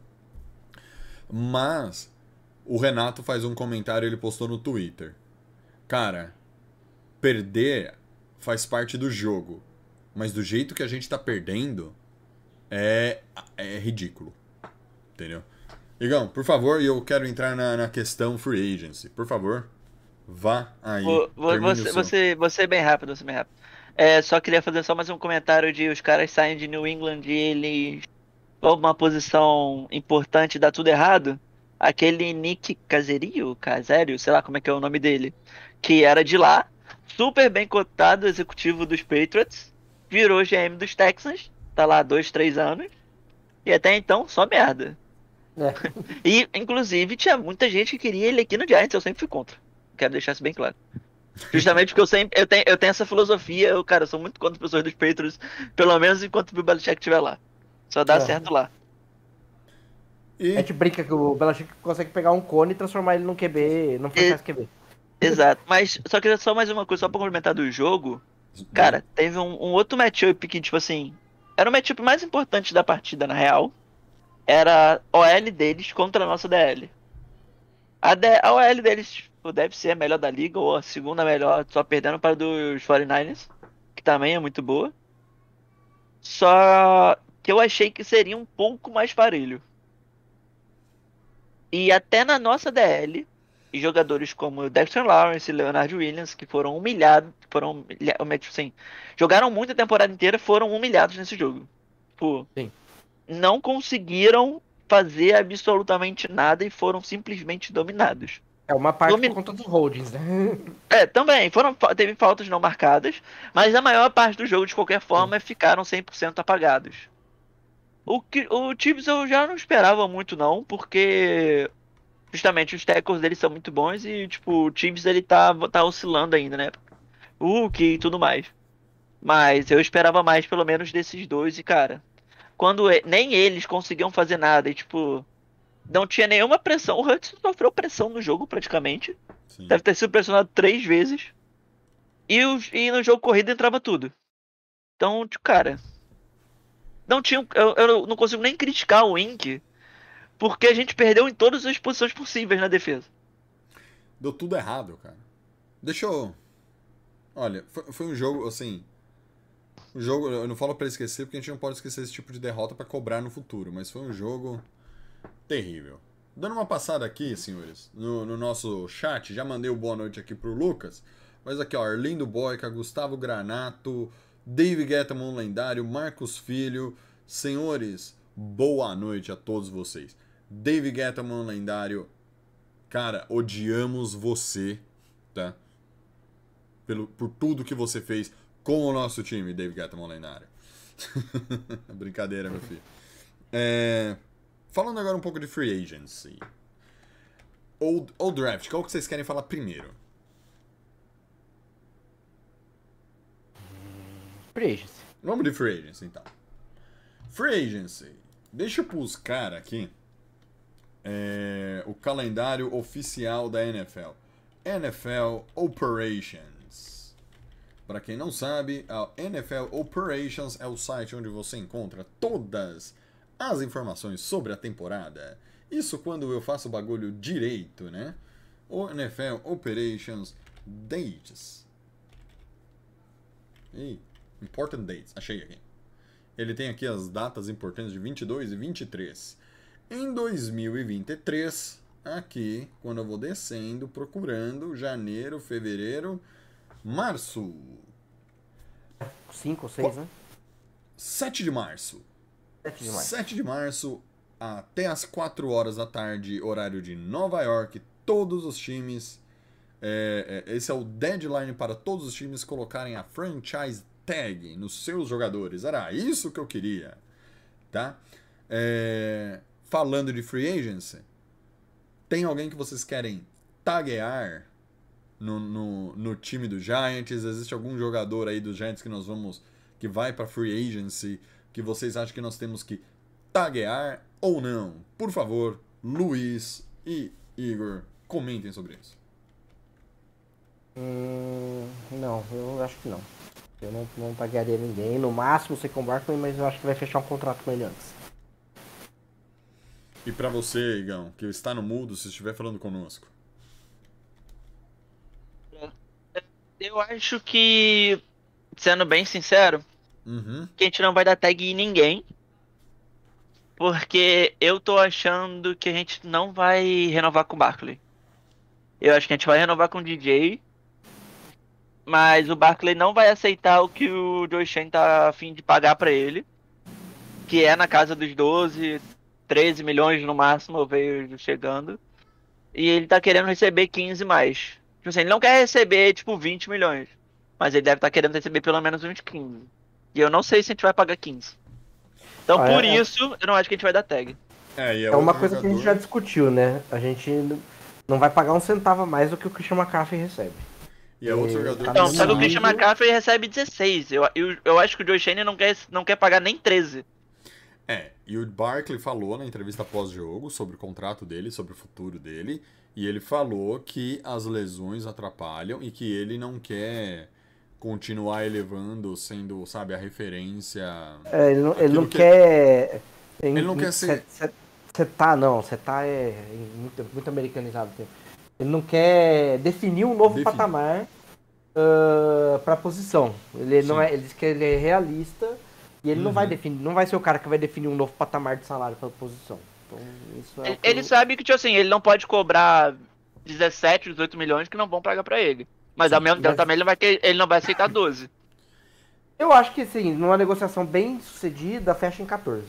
B: Mas o Renato faz um comentário, ele postou no Twitter. Cara, perder faz parte do jogo. Mas do jeito que a gente tá perdendo, é, é ridículo. Entendeu? Igão, por favor, e eu quero entrar na, na questão free agency. Por favor, vá aí.
D: Vou- vou-
B: termine o
D: Você,
B: seu.
D: você, você é bem rápido, você é bem rápido. É, só queria fazer só mais um comentário de os caras saem de New England e eles tomam uma posição importante e dá tudo errado. Aquele Nick Caserio, Caserio, sei lá como é que é o nome dele, que era de lá, super bem cotado, executivo dos Patriots, virou G M dos Texans, tá lá há dois, três anos, e até então só merda.
C: É.
D: E, inclusive, tinha muita gente que queria ele aqui no Giants, eu sempre fui contra. Quero deixar isso bem claro. Justamente porque eu sempre eu tenho, eu tenho essa filosofia, eu, cara, eu sou muito contra as pessoas dos Patriots, pelo menos enquanto o Bill Belichick estiver lá. Só dá
C: É.
D: certo lá.
B: E
C: A gente brinca que o Belichick consegue pegar um cone e transformar ele num Q B, num franchise Q B.
D: Exato. Mas só queria só mais uma coisa, só pra complementar do jogo. Cara, teve um, um outro matchup que, tipo assim, era o matchup mais importante da partida, na real. Era a O L deles contra a nossa D L. A, D- a O L deles tipo, deve ser a melhor da liga, ou a segunda melhor, só perdendo para a dos quarenta e nine ers, que também é muito boa. Só que eu achei que seria um pouco mais parelho. E até na nossa D L, e jogadores como Dexter Lawrence e Leonard Williams, que foram humilhados, foram humilha- tipo assim, jogaram muito a temporada inteira, foram humilhados nesse jogo. Tipo,
C: Sim.
D: não conseguiram fazer absolutamente nada e foram simplesmente dominados.
C: É uma parte
D: Domin-
C: por conta dos holdings, né?
D: É, também, foram, fa- teve faltas não marcadas, mas a maior parte do jogo, de qualquer forma, ficaram cem por cento apagados. O, que, o Chiefs eu já não esperava muito não, porque justamente os tackles deles são muito bons e, tipo, o Chiefs ele tá, tá oscilando ainda, né? O Hulk e tudo mais. Mas eu esperava mais, pelo menos, desses dois e, cara, quando e- nem eles conseguiam fazer nada e, tipo, não tinha nenhuma pressão. O Hudson sofreu pressão no jogo, praticamente.
B: Sim.
D: Deve ter sido pressionado três vezes. E, os, e no jogo corrido entrava tudo. Então, tipo, cara. Não tinha. Eu, eu não consigo nem criticar o Inc. Porque a gente perdeu em todas as posições possíveis na defesa.
B: Deu tudo errado, cara. Deixa eu. Olha, foi, foi um jogo, assim. Um jogo, eu não falo pra esquecer, porque a gente não pode esquecer esse tipo de derrota pra cobrar no futuro, mas foi um jogo terrível. Dando uma passada aqui, senhores, no, no nosso chat, já mandei o boa noite aqui pro Lucas, mas aqui, ó, Arlindo Boica, Gustavo Granato, Dave Gettman lendário, Marcos Filho, senhores, boa noite a todos vocês. Dave Gettman lendário, cara, odiamos você, tá? Pelo, por tudo que você fez com o nosso time, Dave Gettman lendário. Brincadeira, meu filho. É... Falando agora um pouco de free agency. Ou, ou draft, qual que vocês querem falar primeiro?
C: Free agency.
B: Vamos de free agency, então. Free agency. Deixa eu buscar aqui é, o calendário oficial da N F L. N F L Operations. Para quem não sabe, a N F L Operations é o site onde você encontra todas as informações sobre a temporada. Isso quando eu faço o bagulho direito, né? O N F L Operations Dates. Ih, Important Dates. Achei aqui. Ele tem aqui as datas importantes de vinte e dois e vinte e três. Em dois mil e vinte e três, aqui, quando eu vou descendo, procurando, janeiro, fevereiro, março.
C: cinco ou seis, né?
B: sete de março.
C: sete de março.
B: sete de março, até as quatro horas da tarde, horário de Nova York, todos os times. É, é, esse é o deadline para todos os times colocarem a franchise tag nos seus jogadores. Era isso que eu queria. Tá? É, falando de free agency, tem alguém que vocês querem taguear no, no, no time do Giants? Existe algum jogador aí dos Giants que nós vamos. Que vai para free agency? Que vocês acham que nós temos que taguear ou não? Por favor, Luiz e Igor, comentem sobre isso.
C: Hum, não, eu acho que não. Eu não, não taguearia ninguém. No máximo, sei com o Barkley, mas eu acho que vai fechar um contrato com ele antes.
B: E pra você, Igão, que está no mudo, se estiver falando conosco.
D: Eu acho que, sendo bem sincero,
B: Uhum.
D: que a gente não vai dar tag em ninguém. Porque eu tô achando que a gente não vai renovar com o Barkley. Eu acho que a gente vai renovar com o D J. Mas o Barkley não vai aceitar o que o Joe Shane tá a fim de pagar pra ele. Que é na casa dos doze, treze milhões no máximo, eu vejo chegando. E ele tá querendo receber quinze mais. Tipo assim, ele não quer receber tipo vinte milhões. Mas ele deve estar querendo receber pelo menos uns quinze. E eu não sei se a gente vai pagar quinze. Então
C: Ah,
D: por
C: é, é.
D: isso, eu não acho que a gente vai dar tag.
B: É, e
C: É uma
B: outro
C: coisa que a gente já
B: jogador-
C: discutiu, né? A gente n- não vai pagar um centavo a mais do que o Christian McCaffrey recebe.
B: E é outro
C: É,
B: jogador
C: tá
B: que
D: Não,
C: no
D: só que o
C: nível-
D: Christian McCaffrey recebe dezesseis. Eu, eu, eu acho que o Joe Shane não quer, não quer pagar nem treze.
B: É, e o Barkley falou na entrevista pós-jogo sobre o contrato dele, sobre o futuro dele, e ele falou que as lesões atrapalham e que ele não quer continuar elevando, sendo, sabe, a referência.
C: É, ele não, ele
B: Aquilo
C: não
B: que-
C: quer. tem
B: Ele não
C: muito
B: quer ser-
C: Setar, não. Setar é muito, muito americanizado. Ele não quer definir um novo
B: Definir.
C: patamar uh, para posição. Ele não
B: Sim.
C: é, ele diz que ele é realista e ele não vai
B: Uhum.
C: definir, não vai ser o cara que vai definir um novo patamar de salário para posição. Então, isso é
D: Ele,
C: o que
D: ele
C: eu-
D: sabe que, tipo assim, ele não pode cobrar dezessete, dezoito milhões que não vão pagar pra ele. Mas ao mesmo tempo
C: mas-
D: também ele, vai, que- ele não vai aceitar doze.
C: Eu acho que sim, numa negociação bem sucedida, fecha em quatorze.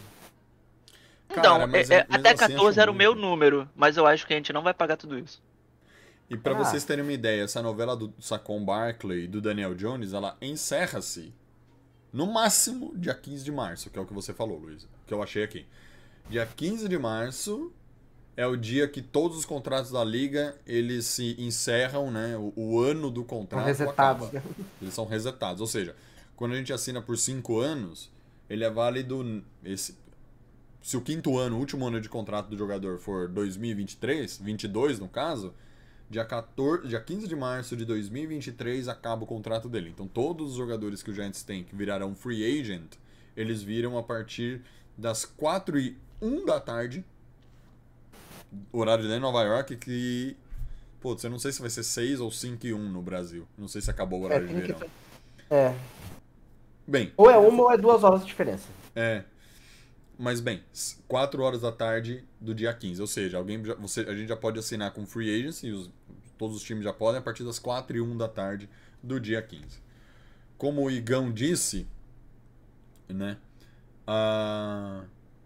D: Então,
B: Cara, mas
D: é- é-
B: mesmo
D: até
B: assim
D: quatorze
B: acho
D: era o meu
B: muito.
D: número, mas eu acho que a gente não vai pagar tudo isso.
B: E pra
C: Ah.
B: vocês terem uma ideia, essa novela do Saquon Barkley e do Daniel Jones, ela encerra-se no máximo dia quinze de março, que é o que você falou, Luiz, que eu achei aqui. Dia quinze de março é o dia que todos os contratos da liga, eles se encerram, né? O, o ano do
C: São
B: contrato
C: resetados.
B: acaba.
C: né?
B: Eles são resetados, ou seja, quando a gente assina por cinco anos, ele é válido esse se o quinto ano, o último ano de contrato do jogador for dois mil e vinte e três, vinte e dois no caso, Dia, quatorze, dia quinze de março de dois mil e vinte e três acaba o contrato dele. Então todos os jogadores que o Giants tem que virarão free agent, eles viram a partir das quatro e um da tarde, horário de Nova York, que... Putz, eu não sei se vai ser seis ou cinco e um no Brasil. Não sei se acabou o horário
C: É,
B: de
C: tem que-
B: verão.
C: É.
B: Bem,
C: Ou é uma ou é duas horas de diferença.
B: é... Mas bem, quatro horas da tarde do dia quinze. Ou seja, alguém já- você, a gente já pode assinar com free agency, os, todos os times já podem, a partir das quatro e um da tarde do dia quinze. Como o Igão disse, né? a-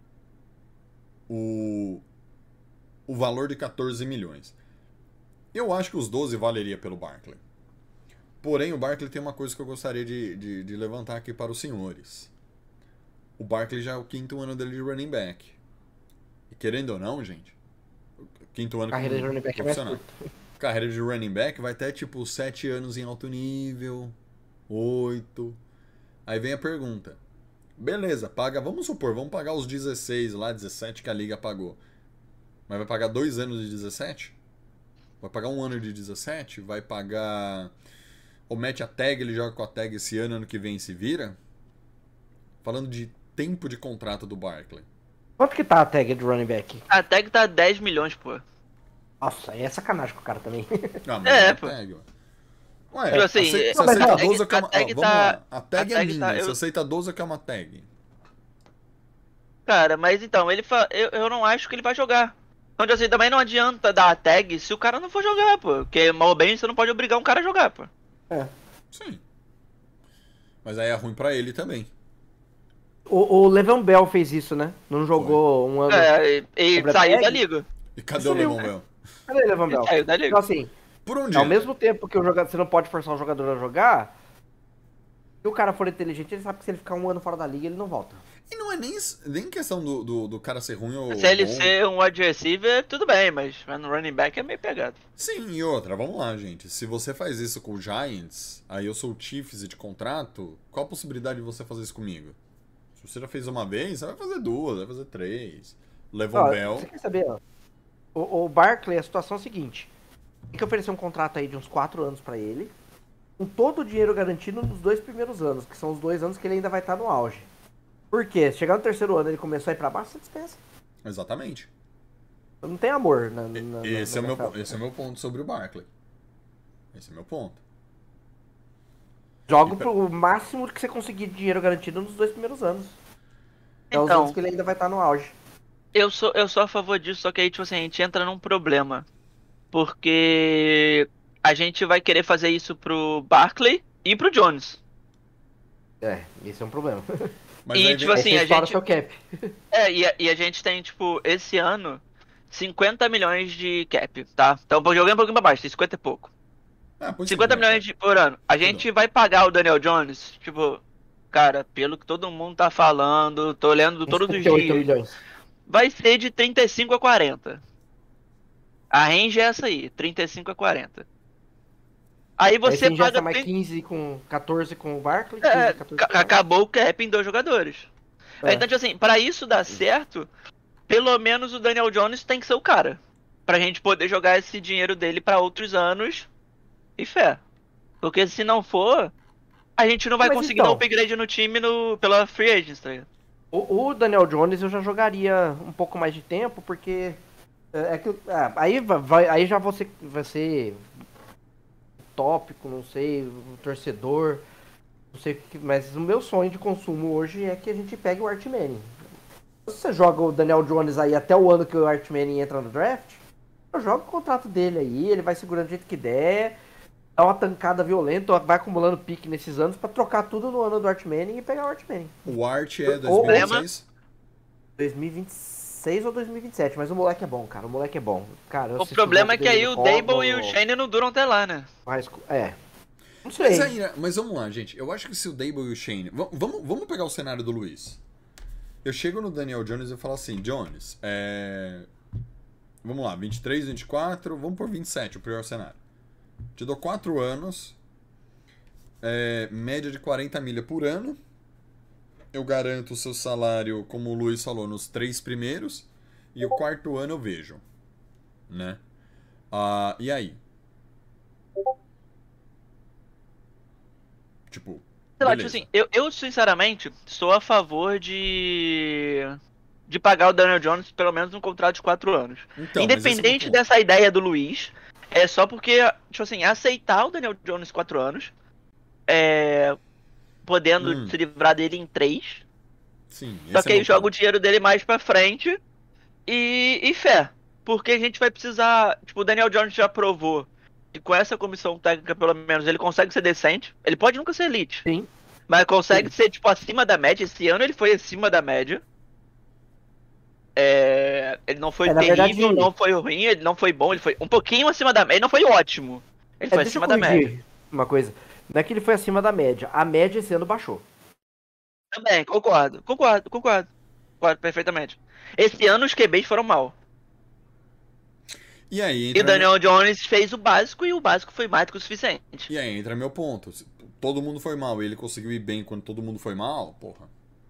B: o, o valor de quatorze milhões. Eu acho que os doze valeria pelo Barkley. Porém, o Barkley tem uma coisa que eu gostaria de, de, de levantar aqui para os senhores. O Barkley já é o quinto ano dele de running back. E querendo ou não, gente, o quinto ano
C: Carreira de
B: como
C: running back é mais
B: profissional.
C: curta.
B: Carreira de running back vai até tipo sete anos em alto nível, oito. Aí vem a pergunta. Beleza, paga, vamos supor, vamos pagar os dezesseis lá, dezessete que a liga pagou. Mas vai pagar dois anos de dezessete? Vai pagar um ano de dezessete? Vai pagar... Ou mete a tag, ele joga com a tag esse ano, ano que vem se vira? Falando de tempo de contrato do Barkley.
C: Quanto que tá a tag de running back?
D: A tag tá dez milhões, pô.
C: Nossa, aí é sacanagem com o cara também.
B: Ah, mas
D: É,
B: a
D: pô.
B: tag, ué. Ué,
D: Tipo assim,
B: ace-
D: é-
B: você
C: Não, mas
B: aceita
C: a
B: doze
D: tag-
B: ou quer uma...
D: a tag
B: ó, vamos
D: tá-
B: lá. A tag
D: a
B: é
D: tag
B: minha.
D: tá- eu-
B: Você aceita doze ou quer uma tag?
D: Cara, mas então, ele fa... eu, eu não acho que ele vai jogar. Então, assim, também não adianta dar a tag se o cara não for jogar, pô. Porque, mal ou bem, você não pode obrigar um cara a jogar, pô.
C: É.
B: Sim. Mas aí é ruim pra ele também.
C: O, o Le'Veon Bell fez isso, né? Não jogou um ano.
D: É, e, e
C: Sobre a
D: saiu
C: tag?
D: da liga.
B: E cadê o
C: Sumiu.
B: Levon Bell?
C: Cadê o Le'Veon
D: Ele
C: Bell?
D: saiu da liga.
C: Então, assim,
B: Por um dia.
C: ao mesmo tempo que o jogador, você não pode forçar o jogador a jogar, se o cara for inteligente, ele sabe que se ele ficar um ano fora da liga, ele não volta.
B: E não é nem, nem questão do, do, do cara ser ruim ou
D: Se ele
B: bom.
D: ser um wide receiver, tudo bem, mas no running back é meio pegado.
B: Sim, e outra, vamos lá, gente. Se você faz isso com o Giants, aí eu sou o Chiefs de contrato, qual a possibilidade de você fazer isso comigo? Se você já fez uma vez, você vai fazer duas, vai fazer três. Levon
C: Ó,
B: Bell.
C: Você quer saber? Ó, o, o Barkley, a situação é a seguinte: tem que oferecer um contrato aí de uns quatro anos pra ele, com todo o dinheiro garantido nos dois primeiros anos, que são os dois anos que ele ainda vai estar no auge. Por quê? Se chegar no terceiro ano ele começou a ir pra baixo, você dispensa.
B: Exatamente.
C: Não tem amor na, na, na
B: Esse, é o
C: na
B: meu,
C: N F L.
B: esse é o meu ponto sobre o Barkley. Esse é o meu ponto.
C: Joga
B: E pra-
C: pro máximo que você conseguir de dinheiro garantido nos dois primeiros anos. É os
D: Então.
C: anos que ele ainda vai estar no auge.
D: Eu sou, eu sou a favor disso, só que aí, tipo assim, a gente entra num problema. Porque a gente vai querer fazer isso pro Barkley e pro Jones.
C: É, esse é um problema.
B: Mas
D: E,
B: aí
D: tipo
B: vem-
D: assim,
C: Aí você
D: a
C: estoura
D: gente-
C: seu cap.
D: É, e a, e a gente tem, tipo, esse ano, cinquenta milhões de cap, tá? Então, jogando um pouquinho pra baixo, tem cinquenta e pouco.
B: Ah, põe
D: cinquenta
B: cinquenta.
D: milhões de, por ano. A gente vai pagar o Daniel Jones, tipo, cara, pelo que todo mundo tá falando, tô lendo todos os
C: cinquenta e oito
D: dias,
C: milhões.
D: vai ser de trinta e cinco a quarenta. A range é essa aí, trinta e cinco a quarenta. Aí
C: Aí
D: você
C: você ingesta
D: paga...
C: mais
D: trinta
C: quinze com catorze com o Barkley,
D: É,
C: quinze, catorze
D: ca-
C: com o
D: acabou o cap em dois jogadores.
C: É.
D: Então, tipo assim, pra isso dar certo, pelo menos o Daniel Jones tem que ser o cara. Pra gente poder jogar esse dinheiro dele pra outros anos e fé. Porque se não for, a gente não vai
C: Mas
D: conseguir
C: então-
D: dar upgrade no time no, pela free agents, tá ligado?
C: O, o Daniel Jones eu já jogaria um pouco mais de tempo, porque é, é que ah, aí va- vai, aí já você vai ser tópico, não sei, o torcedor, não sei o que, mas o meu sonho de consumo hoje é que a gente pegue o Art Manning. Se você joga o Daniel Jones aí até o ano que o Art Manning entra no draft, eu jogo o contrato dele aí, ele vai segurando do jeito que der, dá uma tancada violenta, vai acumulando pique nesses anos pra trocar tudo no ano do Art Manning e pegar o Art Manning.
B: O Art é
C: O-
B: dois mil e vinte e seis?
C: dois mil e vinte e seis ou dois mil e vinte e sete, mas o moleque é bom, cara, o moleque é bom. Cara, eu
D: O
C: assisti
D: problema é
C: jogo
D: que aí
C: dele
D: o
C: no
D: Dable
C: Cobra,
D: e o
C: no
D: Shane não duram até lá, né?
C: high school. É. Não sei.
B: Mas, aí, né, mas vamos lá, gente. Eu acho que se o Dable e o Shane... va- Vamos, vamos pegar o cenário do Luiz. Eu chego no Daniel Jones e falo assim, Jones, é... Vamos lá, vinte e três, vinte e quatro, vamos por vinte e sete, o pior cenário. Te dou quatro anos, é, média de quarenta milha por ano. Eu garanto o seu salário, como o Luiz falou, nos três primeiros. E o quarto ano eu vejo. Né? Ah, e aí? Tipo,
D: Sei lá,
B: beleza.
D: tipo assim, eu, eu sinceramente sou a favor de. De pagar o Daniel Jones pelo menos um contrato de quatro anos.
B: Então, mas esse é o meu
D: Independente
B: ponto.
D: dessa ideia do Luiz, é só porque, tipo assim, aceitar o Daniel Jones quatro anos, é, podendo
B: Hum,
D: se livrar dele em três.
B: sim,
D: Só
B: esse é
D: que
B: o
D: aí
B: meu
D: joga o
B: ponto.
D: dinheiro dele mais pra frente e, e fé. Porque a gente vai precisar. Tipo, o Daniel Jones já provou que com essa comissão técnica, pelo menos, ele consegue ser decente. Ele pode nunca ser elite,
C: Sim,
D: mas consegue
C: sim.
D: ser, tipo, acima da média. Esse ano ele foi acima da média. É, ele não foi
C: É, na
D: terrível,
C: verdade,
D: não foi ruim, ele não foi bom, ele foi um pouquinho acima da média. Ele não foi ótimo. Ele
C: é,
D: foi
C: deixa eu
D: acima da média.
C: corrigir uma coisa. Não é que ele foi acima da média. A média esse ano baixou.
D: Também, concordo, concordo, concordo. Concordo perfeitamente. Esse ano os Q Bs foram mal.
B: E aí
D: E o
B: entra meu,
D: Daniel Jones fez o básico e o básico foi mais do que o suficiente.
B: e aí entra meu ponto. Se todo mundo foi mal e ele conseguiu ir bem quando todo mundo foi mal, porra.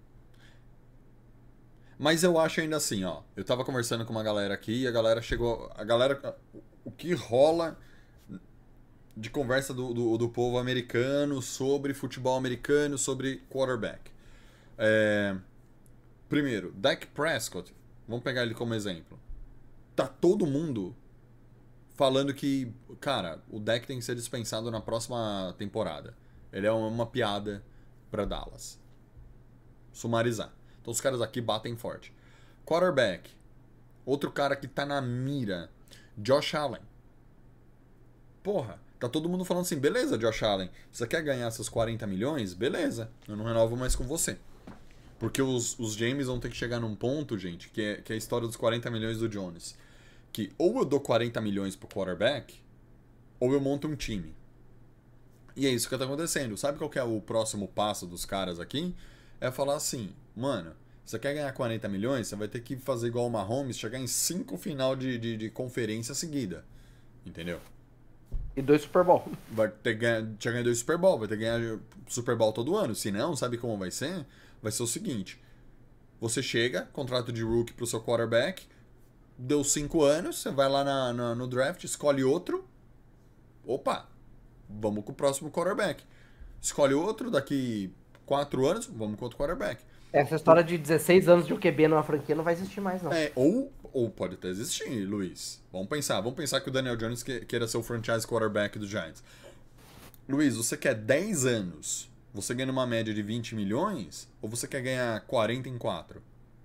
B: Mas eu acho ainda assim, ó. Eu tava conversando com uma galera aqui e a galera chegou. A galera. O que rola de conversa do, do, do povo americano sobre futebol americano, sobre quarterback. É, primeiro, Dak Prescott. Vamos pegar ele como exemplo. Tá todo mundo falando que, cara, o Dak tem que ser dispensado na próxima temporada. Ele é uma piada pra Dallas. Sumarizar. Então os caras aqui batem forte. Quarterback. Outro cara que tá na mira. Josh Allen. Porra, tá todo mundo falando assim, beleza, Josh Allen, você quer ganhar seus quarenta milhões? Beleza, eu não renovo mais com você. Porque os, os James vão ter que chegar num ponto, gente, que é, que é a história dos quarenta milhões do Jones. Que ou eu dou quarenta milhões pro quarterback, ou eu monto um time. E é isso que tá acontecendo. Sabe qual que é o próximo passo dos caras aqui? É falar assim, mano, você quer ganhar quarenta milhões, você vai ter que fazer igual o Mahomes, chegar em cinco final de, de, de conferência seguida. Entendeu?
C: E dois Super Bowl.
B: Vai ter que ganhar, já ganhou dois Super Bowl, vai ter que ganhar Super Bowl todo ano. Se não, sabe como vai ser? Vai ser o seguinte: você chega, contrato de rookie pro seu quarterback, deu cinco anos, você vai lá na, na, no draft, escolhe outro. Opa, vamos com o próximo quarterback. Escolhe outro, daqui quatro anos, vamos com outro quarterback.
C: Essa história de dezesseis anos de um Q B numa franquia não vai existir mais, não.
B: É, ou, ou pode até existir, Luiz. Vamos pensar. Vamos pensar que o Daniel Jones que- queira ser o franchise quarterback do Giants. Luiz, você quer dez anos? Você ganha uma média de vinte milhões? Ou você quer ganhar quarenta em quatro?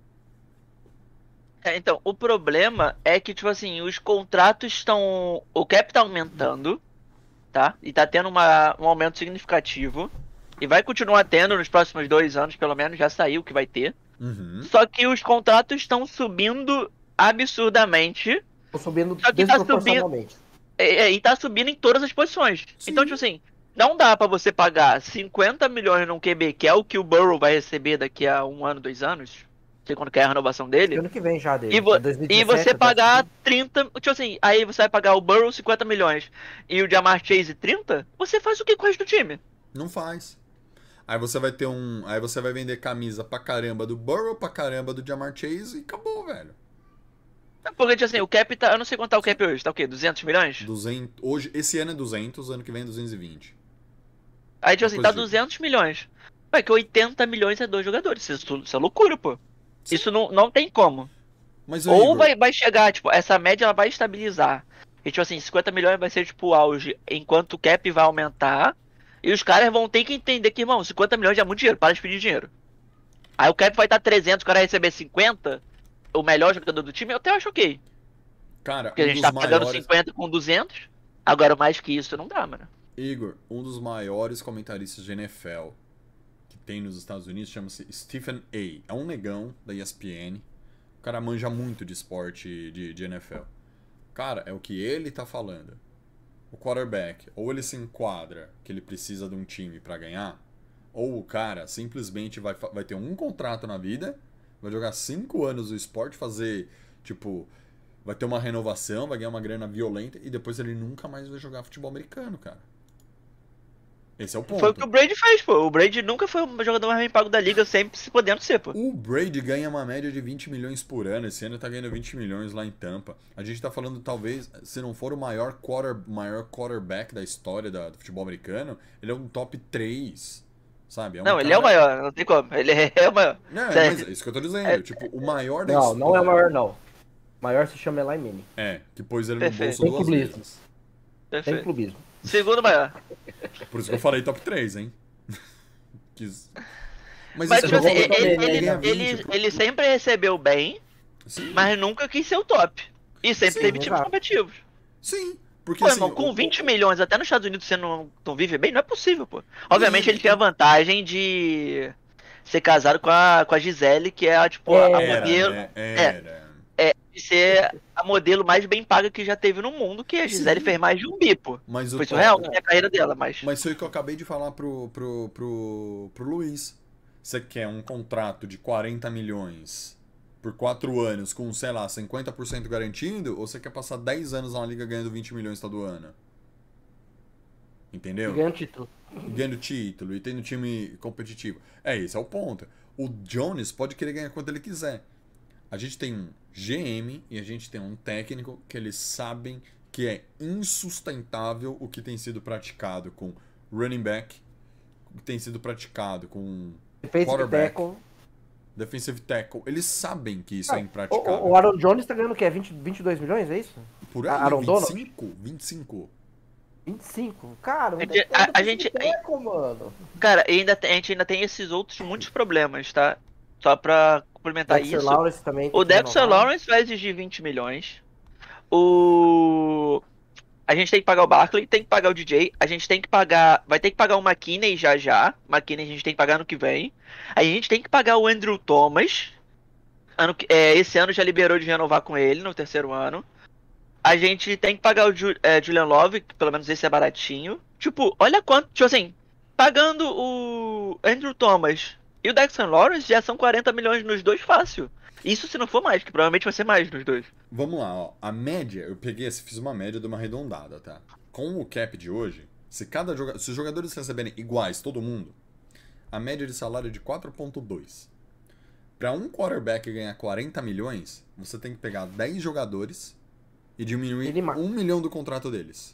D: É, então, o problema é que, tipo assim, os contratos estão. O cap tá aumentando, tá? E tá tendo uma, um aumento significativo. E vai continuar tendo nos próximos dois anos, pelo menos, já saiu que vai ter.
B: Uhum.
D: Só que os contratos estão subindo absurdamente.
C: Tô subindo
D: Só que tá subindo.
C: desproporcionalmente.
D: E, e tá subindo em todas as posições.
B: Sim.
D: Então, tipo assim, não dá pra você pagar cinquenta milhões num Q B, que é o que o Burrow vai receber daqui a um ano, dois anos. Não sei quando quer a renovação dele.
C: Ano que vem já dele.
D: E, vo-
C: É dois mil e
D: e
C: dezessete,
D: você
C: até
D: pagar
C: seguir.
D: trinta. Tipo assim, aí você vai pagar o Burrow cinquenta milhões e o Jamar Chase trinta? Você faz o que com o resto do time?
B: Não faz. Aí você vai ter um. Aí você vai vender camisa pra caramba do Burrow, pra caramba do Jamar Chase e acabou, velho.
D: Porque, tipo assim, o cap tá. Eu não sei quanto tá o cap hoje. Tá o quê? duzentos milhões?
B: duzentos, hoje, esse ano é duzentos, ano que vem é duzentos e vinte.
D: Aí, tipo
B: Uma
D: assim,
B: coisa
D: tá
B: de-
D: duzentos milhões. Vai que oitenta milhões é dois jogadores. Isso, isso é loucura, pô.
B: Sim.
D: Isso não, não tem como.
B: Mas, ô,
D: Ou
B: Igor,
D: vai, vai chegar, tipo, essa média ela vai estabilizar. E, tipo assim, cinquenta milhões vai ser, tipo, o auge, enquanto o cap vai aumentar. E os caras vão ter que entender que, irmão, cinquenta milhões já é muito dinheiro, para de pedir dinheiro. Aí o cap vai estar trezentos, o cara vai receber cinquenta, o melhor jogador do time, eu até acho ok.
B: cara,
D: Porque a
B: um
D: gente
B: dos
D: tá pagando
B: maiores.
D: cinquenta com duzentos, agora mais que isso não dá, mano.
B: Igor, um dos maiores comentaristas de N F L que tem nos Estados Unidos chama-se Stephen A. É um negão da E S P N. O cara manja muito de esporte de, de N F L. Cara, é o que ele tá falando. O quarterback, ou ele se enquadra que ele precisa de um time pra ganhar, ou o cara simplesmente vai, fa- vai ter um contrato na vida, vai jogar cinco anos no esporte, fazer, tipo, vai ter uma renovação, vai ganhar uma grana violenta e depois ele nunca mais vai jogar futebol americano, cara. Esse é o ponto.
D: Foi o que o Brady fez, pô. O Brady nunca foi o jogador mais bem pago da liga, sempre se podendo ser, pô.
B: O Brady ganha uma média de vinte milhões por ano. Esse ano tá ganhando vinte milhões lá em Tampa. A gente tá falando, talvez, se não for o maior, quarter, maior quarterback da história da, do futebol americano, ele é um top três, sabe? É um
D: não,
B: cara...
D: ele é o maior, não tem como. Ele é o maior.
B: Não, é, mas é isso que eu tô dizendo.
D: É...
B: Tipo, o maior da
C: Não,
B: história...
C: não é o maior, não. O maior se chama Eli Manning.
B: É, que pôs ele
D: Perfeito.
B: no bolso
C: Sem
B: duas
C: clubismo.
B: vezes.
C: Sem
D: Perfeito.
C: clubismo.
D: Segundo maior.
B: Por isso que eu falei top três, hein? Quis...
D: Mas,
B: isso
D: tipo
B: é
D: assim,
B: bom
D: ele,
B: também,
D: ele,
B: né?
D: ele,
B: Ganha vinte,
D: ele,
B: pô.
D: ele sempre recebeu bem,
B: Sim,
D: mas nunca quis ser o top. E sempre
B: Sim,
D: teve times
C: exato.
D: competitivos.
B: sim. Porque
D: Pô,
B: assim...
D: irmão, com
B: o-
D: vinte
B: o-
D: milhões, até nos Estados Unidos você não, não vive bem, não é possível, pô. Obviamente ele tem a vantagem de ser casado com a, com a Gisele, que é, tipo, a
C: É.
B: Era,
D: modelo.
B: né?
D: É,
B: Era.
D: é, de ser a modelo mais bem paga que já teve no mundo, que a Gisele
B: Sim.
D: fez mais de um bi, pô.
B: Mas o
D: Foi
B: ó,
D: surreal na minha carreira dela, mas.
B: Mas foi o que eu acabei de falar pro, pro, pro, pro Luiz. Você quer um contrato de quarenta milhões por quatro anos com, sei lá, cinquenta por cento garantido? Ou você quer passar dez anos na liga ganhando vinte milhões todo ano? Entendeu?
C: E ganha título.
B: E ganhando título e tendo time competitivo. É, esse é o ponto. O Jones pode querer ganhar quanto ele quiser. A gente tem um G M e a gente tem um técnico que eles sabem que é insustentável o que tem sido praticado com running back, o que tem sido praticado com
C: Defensive
B: quarterback,
C: tackle.
B: defensive tackle. Eles sabem que isso
C: Ah,
B: é impraticável.
C: O, o Aaron Jones tá ganhando o quê? vinte, vinte e dois milhões, é isso?
B: Por aí,
C: Aaron
B: vinte e cinco? vinte e cinco.
C: vinte e cinco? Cara, onde
D: A gente-
C: é que tá
D: a-
C: indo
D: a
C: pra
D: gente-
C: esse teco, mano?
D: Cara, e ainda tem- a gente ainda tem esses outros muitos problemas, tá? Só pra complementar
C: Dexter
D: isso.
C: Lawrence também tem
D: O
C: que
D: Dexter
C: renovar.
D: Lawrence vai exigir vinte milhões. O. A gente tem que pagar o Barkley, tem que pagar o D J, a gente tem que pagar. Vai ter que pagar o McKinney já já. McKinney a gente tem que pagar no que vem. Aí a gente tem que pagar o Andrew Thomas. Ano, que- é, esse ano já liberou de renovar com ele no terceiro ano. A gente tem que pagar o Ju- é, Julian Love, que pelo menos esse é baratinho. Tipo, olha quanto. Tipo assim, pagando o Andrew Thomas e o Dexter Lawrence já são quarenta milhões nos dois fácil. Isso se não for mais, que provavelmente vai ser mais nos dois.
B: Vamos lá, ó. A média, eu peguei, fiz uma média de uma arredondada, tá? Com o cap de hoje, se cada joga... se os jogadores receberem iguais, todo mundo, a média de salário é de quatro vírgula dois. Para um quarterback ganhar quarenta milhões, você tem que pegar dez jogadores e diminuir
C: Ele ma-
B: um milhão do contrato deles.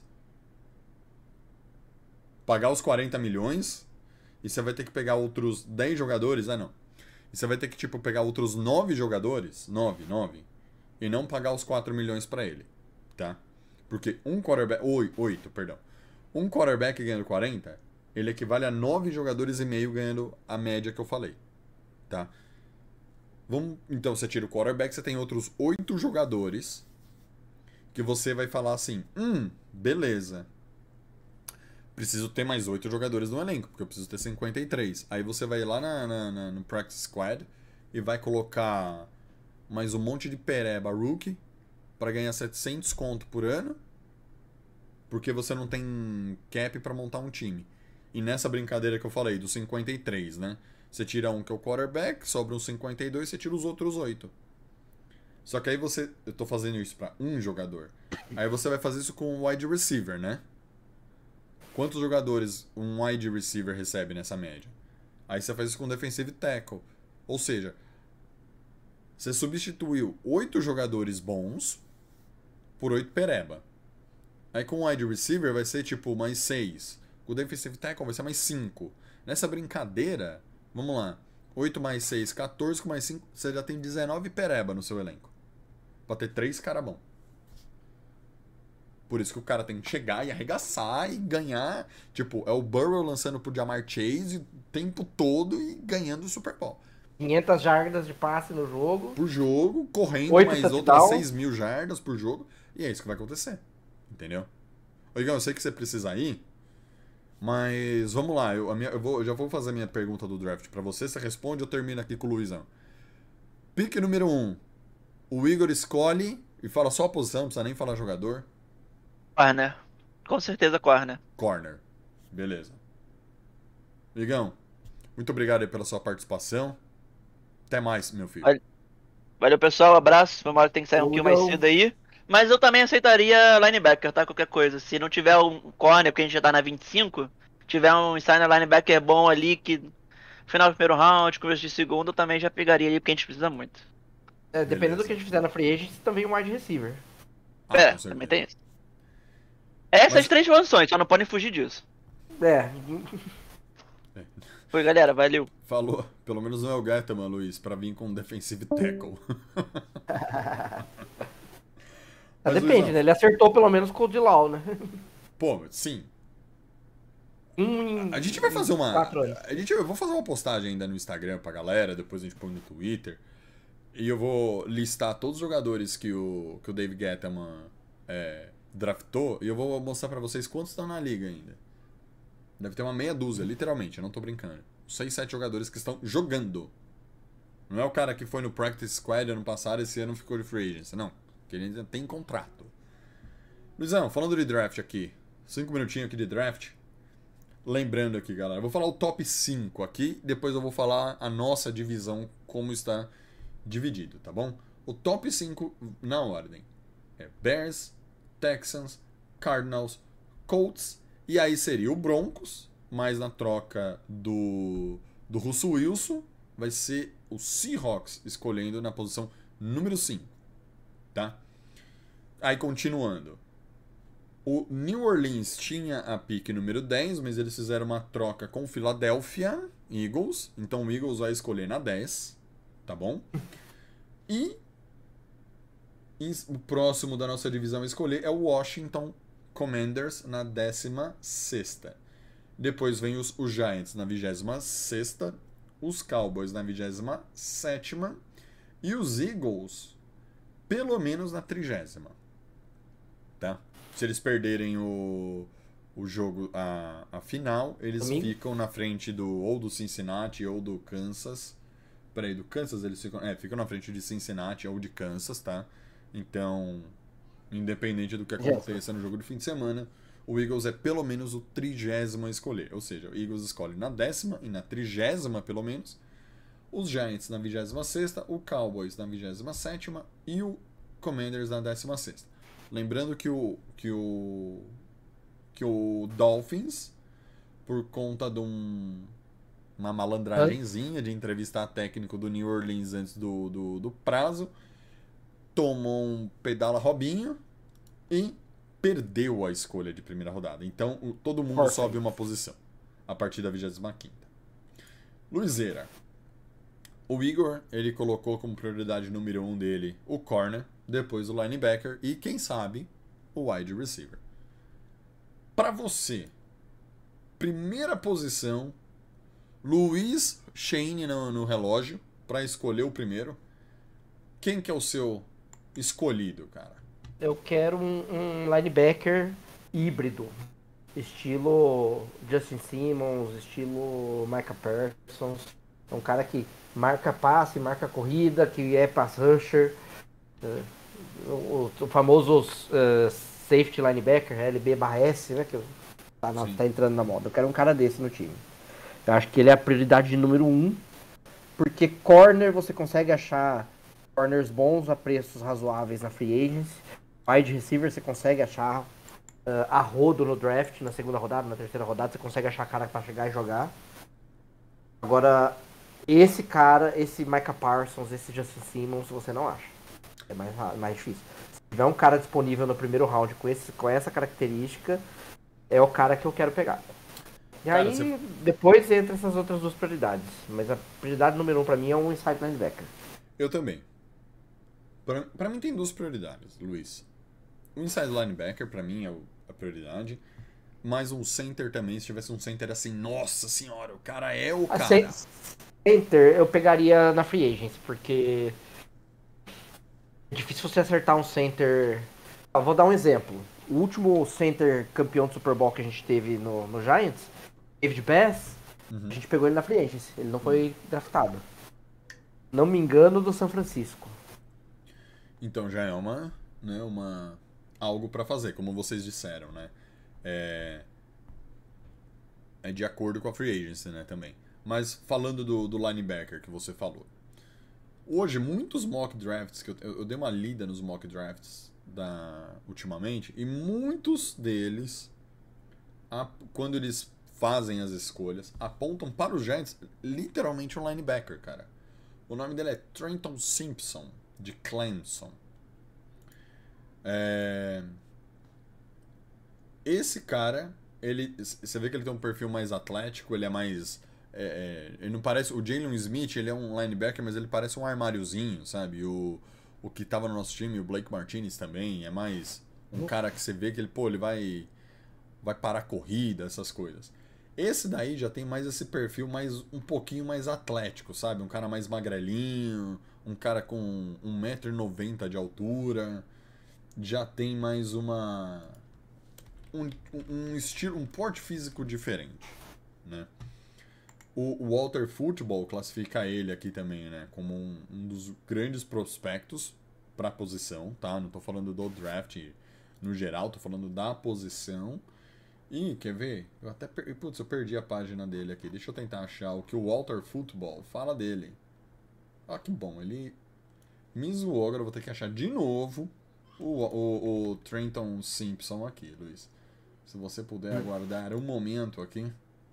B: Pagar os quarenta milhões e você vai ter que pegar outros dez jogadores, ah não. E você vai ter que tipo pegar outros nove jogadores, nove, nove, e não pagar os quatro milhões para ele, tá? Porque um quarterback, oito, perdão. Um quarterback ganhando quarenta, ele equivale a nove jogadores e meio ganhando a média que eu falei, tá? Vamos, então você tira o quarterback, você tem outros oito jogadores que você vai falar assim, hum, beleza. Preciso ter mais oito jogadores no elenco, porque eu preciso ter cinquenta e três. Aí você vai lá na, na, na- no Practice Squad e vai colocar mais um monte de pereba rookie para ganhar setecentos conto por ano, porque você não tem cap para montar um time. E nessa brincadeira que eu falei, dos cinquenta e três, né? Você tira um que é o quarterback, sobra uns cinquenta e dois, você tira os outros oito. Só que aí você... Eu tô fazendo isso para um jogador. Aí você vai fazer isso com o wide receiver, né? Quantos jogadores um wide receiver recebe nessa média? Aí você faz isso com defensive tackle. Ou seja, você substituiu oito jogadores bons por oito pereba. Aí com o wide receiver vai ser tipo mais seis. Com o defensive tackle vai ser mais cinco. Nessa brincadeira, vamos lá. oito mais seis, quatorze com mais cinco, você já tem dezenove pereba no seu elenco. Pra ter três cara bom. Por isso que o cara tem que chegar e arregaçar e ganhar. Tipo, é o Burrow lançando pro Jamar Chase o tempo todo e ganhando o Super Bowl.
C: quinhentas jardas de passe no jogo.
B: Por jogo, correndo
C: Oito
B: mais
C: touchdown.
B: outras seis mil jardas por jogo. E é isso que vai acontecer. Entendeu? Ô, Igão, eu sei que você precisa ir. Mas vamos lá. Eu, a minha, eu, vou, eu já vou fazer a minha pergunta do draft pra você. Você responde, eu termino aqui com o Luizão. Pique número um. O Igor escolhe e fala só a posição, não precisa nem falar jogador.
D: Corner. Com certeza corner.
B: Corner. Beleza. Igão, muito obrigado aí pela sua participação. Até mais, meu filho.
D: Olha- Valeu, pessoal. Abraço. Foi uma hora que tem que sair um pouquinho mais
C: Valeu.
D: cedo aí. Mas eu também aceitaria linebacker, tá? Qualquer coisa. Se não tiver um corner, porque a gente já tá na vinte e cinco, tiver um inside linebacker bom ali, que final do primeiro round, começo de segundo, eu também já pegaria ali, porque a gente precisa muito.
C: É, dependendo
B: Beleza.
C: do que a gente fizer na free agent, também um wide receiver.
B: Ah,
D: é,
B: com certeza.
D: também tem isso. Essas
B: Mas-
D: três posições, só não podem fugir disso.
C: É,
D: Foi, galera, valeu.
B: Falou, pelo menos não é o Gatman, Luiz, pra vir com um defensive tackle. Mas,
C: depende,
B: Luizão,
C: né? Ele acertou pelo menos com o Dilau, né?
B: Pô, sim.
C: Um em-
B: A gente vai fazer
C: em
B: uma.
C: quatro anos.
B: A gente, eu vou fazer uma postagem ainda no Instagram pra galera, depois a gente põe no Twitter. E eu vou listar todos os jogadores que o, que o Dave Gettleman é, draftou. E eu vou mostrar pra vocês quantos estão na liga ainda. Deve ter uma meia dúzia, literalmente, eu não tô brincando. Seis, sete jogadores que estão jogando. Não é o cara que foi no Practice Squad ano passado e esse ano ficou de free agency, não. Porque ele ainda tem contrato. Luizão, falando de draft aqui. Cinco minutinhos aqui de draft. Lembrando aqui, galera. Eu vou falar o top cinco aqui. Depois eu vou falar a nossa divisão, como está dividido, tá bom? O top cinco na ordem. É Bears, Texans, Cardinals, Colts. E aí seria o Broncos. Mas na troca do, do Russell Wilson, vai ser o Seahawks escolhendo na posição número cinco. Tá? Aí continuando. O New Orleans tinha a pick número dez, mas eles fizeram uma troca com o Philadelphia Eagles. Então o Eagles vai escolher na dez. Tá bom? E o próximo da nossa divisão a escolher é o Washington Commanders na décima sexta. Depois vem os, os Giants na vigésima sexta. Os Cowboys na vigésima sétima. E os Eagles, pelo menos na trigésima. Tá? Se eles perderem o, o jogo, a, a final, eles
C: Domingo?
B: ficam na frente do ou do Cincinnati ou do Kansas. Peraí, do Kansas eles ficam. É, ficam na frente de Cincinnati ou de Kansas, tá? Então, independente do que aconteça no jogo do fim de semana, o Eagles é pelo menos o trigésimo a escolher. Ou seja, o Eagles escolhe na décima e na trigésima, pelo menos. Os Giants na vigésima sexta, o Cowboys na vigésima sétima e o Commanders na décima sexta. Lembrando que o, que o, que o Dolphins, por conta de um, uma malandragenzinha de entrevistar técnico do New Orleans antes do, do, do prazo, tomou um pedala Robinho e perdeu a escolha de primeira rodada. Então o, todo mundo
C: Perfect.
B: sobe uma posição a partir da vigésima quinta. Luizeira. O Igor, ele colocou como prioridade número um dele o corner, depois o linebacker e, quem sabe, o wide receiver. Para você, primeira posição, Luiz Shane no, no relógio, para escolher o primeiro. Quem que é o seu escolhido, cara?
C: Eu quero um, um linebacker híbrido. Estilo Justin Simmons, estilo Micah Parsons. É um cara que marca passe, marca corrida, que é pass rusher. Uh, o, o famoso uh, safety linebacker, L B barra S, né? Que tá, na, tá entrando na moda. Eu quero um cara desse no time. Eu acho que ele é a prioridade número um. Porque corner você consegue achar corners bons a preços razoáveis na free agency. Wide receiver você consegue achar uh, a rodo no draft, na segunda rodada, na terceira rodada, você consegue achar cara pra chegar e jogar. Agora, esse cara, esse Micah Parsons, esse Justin Simmons, você não acha. É mais, mais difícil. Se tiver um cara disponível no primeiro round com, esse, com essa característica, é o cara que eu quero pegar. E
B: Cara,
C: aí,
B: você-
C: depois entra essas outras duas prioridades. Mas a prioridade número um pra mim é um inside linebacker.
B: Eu também. Pra, pra mim tem duas prioridades, Luiz. O inside linebacker, pra mim, é o- a prioridade. Mas um center também, se tivesse um center assim, nossa senhora, o cara é o
C: A
B: cara.
C: cen- Center eu pegaria na free agency, porque é difícil você acertar um center. Ah, vou dar um exemplo. O último center campeão do Super Bowl que a gente teve no, no Giants, David Bass,
B: Uhum.
C: a gente pegou ele na free agency. Ele não foi draftado. Não me engano, do São Francisco.
B: Então já é uma, né, uma algo pra fazer, como vocês disseram, né? É, é de acordo com a free agency, né, também. Mas falando do, do linebacker que você falou. Hoje, muitos mock drafts, que eu, eu dei uma lida nos mock drafts da, ultimamente, e muitos deles, a- quando eles fazem as escolhas, apontam para os Giants literalmente um linebacker, cara. O nome dele é Trenton Simpson, de Clemson. É... Esse cara, ele, você vê que ele tem um perfil mais atlético, ele é mais... É, é, ele não parece... O Jalen Smith, ele é um linebacker, mas ele parece um armáriozinho, sabe? O, o que tava no nosso time, o Blake Martinez também, é mais um cara que você vê que ele, pô, ele vai, vai parar a corrida, essas coisas. Esse daí já tem mais esse perfil mais um pouquinho mais atlético, sabe? Um cara mais magrelinho, um cara com um metro e noventa de altura. Já tem mais uma... Um, um estilo, um porte físico diferente, né? O Walter Football classifica ele aqui também, né? Como um, um dos grandes prospectos para a posição, tá? Não tô falando do draft no geral, tô falando da posição. Ih, quer ver? Eu até per... Putz, eu perdi a página dele aqui. Deixa eu tentar achar o que o Walter Football fala dele. Ah, que bom. Ele me zoou. Agora eu vou ter que achar de novo o, o, o Trenton Simpson aqui, Luiz. Se você puder aguardar um momento aqui.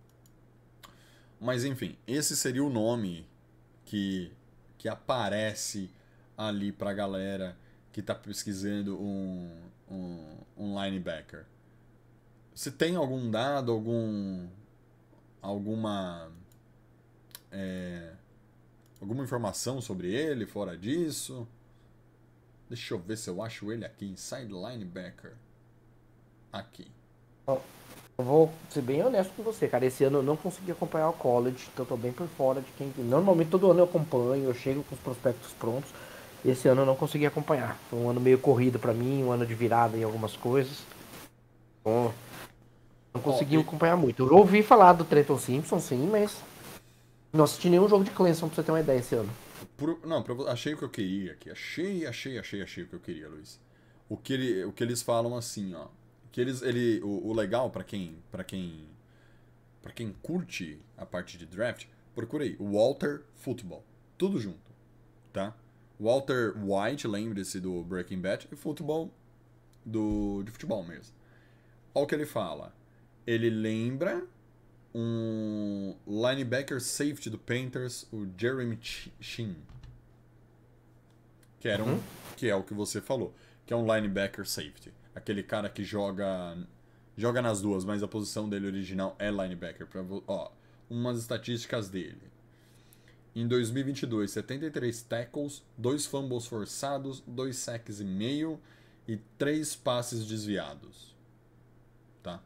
B: Mas enfim, esse seria o nome que, que aparece ali pra galera que tá pesquisando um, um, um linebacker. Você tem algum dado, algum alguma é, alguma informação sobre ele fora disso? Deixa eu ver se eu acho ele aqui, inside linebacker. Aqui.
C: Eu vou ser bem honesto com você, cara. Esse ano eu não consegui acompanhar o college, então eu tô bem por fora de quem... Normalmente todo ano eu acompanho, eu chego com os prospectos prontos. Esse ano eu não consegui acompanhar. Foi um ano meio corrido pra mim, um ano de virada em algumas coisas. Bom... Não consegui oh, acompanhar muito. Eu ouvi falar do Trenton Simpson, sim, mas não assisti nenhum jogo de Clemson pra você ter uma ideia esse ano.
B: Por, não, pra, achei o que eu queria aqui. Achei, achei, achei, achei o que eu queria, Luiz. O que, ele, o que eles falam assim, ó. Que eles, ele, o, o legal pra quem, pra quem, pra quem curte a parte de draft, procurei o Walter Football. Tudo junto, tá? Walter White, lembre-se do Breaking Bad, e Football do, de futebol mesmo. Olha o que ele fala. Ele lembra um linebacker safety do Panthers, o Jeremy Chin. Que, era um, uhum. que é o que você falou. Que é um linebacker safety. Aquele cara que joga joga nas duas, mas a posição dele original é linebacker. Pra, ó, umas estatísticas dele. Em dois mil e vinte e dois, setenta e três tackles, dois fumbles forçados, dois sacks e meio e três passes desviados. Tá?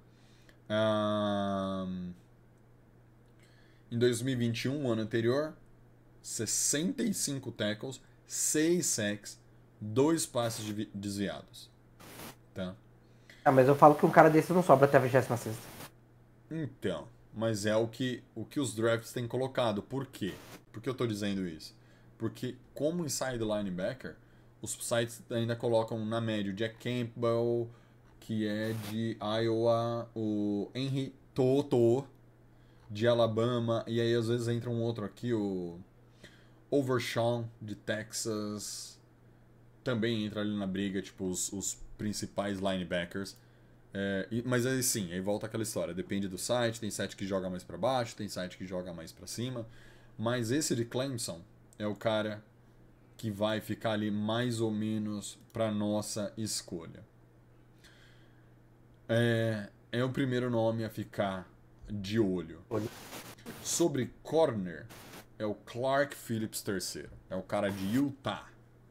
B: Um, em dois mil e vinte e um, o ano anterior, sessenta e cinco tackles, seis sacks, dois passes desviados. Tá?
C: Ah, mas eu falo que um cara desse não sobra até a vigésima sexta.
B: Então, mas é o que, o que os drafts têm colocado. Por quê? Por que eu tô dizendo isso? Porque como inside linebacker, os sites ainda colocam na média o Jack Campbell, que é de Iowa, o Henry Toto, de Alabama, e aí às vezes entra um outro aqui, o Overshawn, de Texas, também entra ali na briga, tipo, os, os principais linebackers. É, e, mas aí sim, aí volta aquela história, depende do site, tem site que joga mais para baixo, tem site que joga mais para cima, mas esse de Clemson é o cara que vai ficar ali mais ou menos para nossa escolha. É, é o primeiro nome a ficar de olho. Sobre corner, é o Clark Phillips terceiro. É o cara de Utah.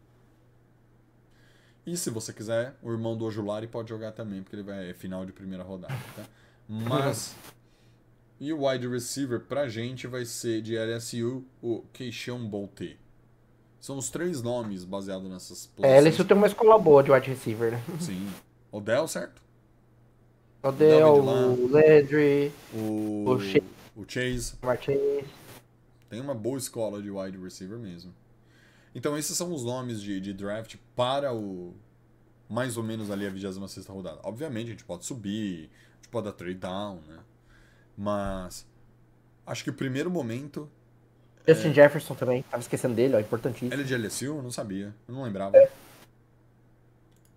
B: E se você quiser, o irmão do Ojulari pode jogar também, porque ele vai é final de primeira rodada, tá? Mas... E o wide receiver pra gente vai ser de L S U, o Keishon Bolte. São os três nomes baseados nessas posições.
C: É, L S U tem uma escola boa de wide receiver, né?
B: Sim. Odell, certo?
C: Odell, o Landry,
B: o,
C: o, Ch
B: o Chase.
C: Martinez.
B: Tem uma boa escola de wide receiver mesmo. Então esses são os nomes de, de draft para o mais ou menos ali a vigésima sexta rodada. Obviamente a gente pode subir, a gente pode dar trade down, né? Mas acho que o primeiro momento...
C: Justin
B: é...
C: Jefferson também, tava esquecendo dele, ó, importantíssimo.
B: Ele é de L S U? Eu não sabia, eu não lembrava.
C: É.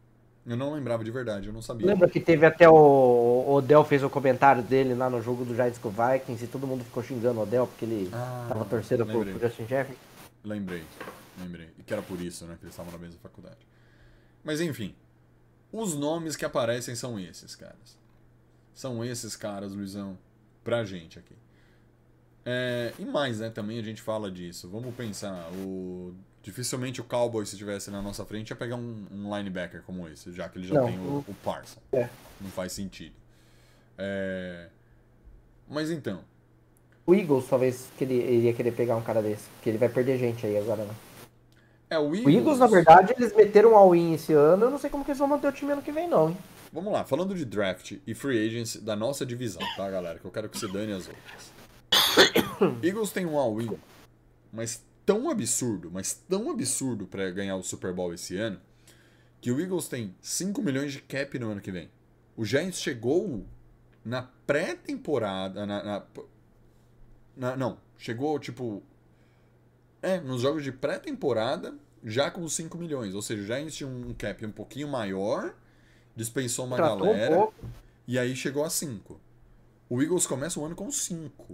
B: Eu não lembrava de verdade, eu não sabia.
C: Lembra que teve até o, o Odell fez o comentário dele lá no jogo do Giants com o Vikings e todo mundo ficou xingando o Odell porque ele
B: Ah,
C: tava torcendo pro,
B: lembrei.
C: pro Justin Jefferson.
B: Lembrei, lembrei. E que era por isso, né, que eles estavam na mesma faculdade. Mas enfim, os nomes que aparecem são esses, caras. São esses caras, Luizão, pra gente aqui. É, e mais, né, também a gente fala disso. Vamos pensar, o... dificilmente o Cowboys, se estivesse na nossa frente, ia pegar um, um linebacker como esse, já que ele já
C: Não,
B: tem o,
C: o-
B: o Parsons.
C: É.
B: Não faz sentido. É, mas então,
C: O Eagles talvez que ele iria querer pegar um cara desse, porque ele vai perder gente aí agora, né?
B: é o
C: O
B: Eagles...
C: Eagles, na verdade, eles meteram um all-in esse ano, eu não sei como que eles vão manter o time ano que vem, não, hein?
B: Vamos lá, falando de draft e free agents da nossa divisão, tá, galera? Que eu quero que você dane as outras. Eagles tem um all-in, mas tão absurdo, mas tão absurdo pra ganhar o Super Bowl esse ano, que o Eagles tem cinco milhões de cap no ano que vem. O Giants chegou na pré-temporada, na, na- na- não, chegou tipo, é, nos jogos de pré-temporada, já com cinco milhões. Ou seja, o Giants tinha um cap um pouquinho maior, dispensou uma
C: Tratou
B: galera,
C: um pouco.
B: e aí chegou a cinco. O Eagles começa o ano com cinco.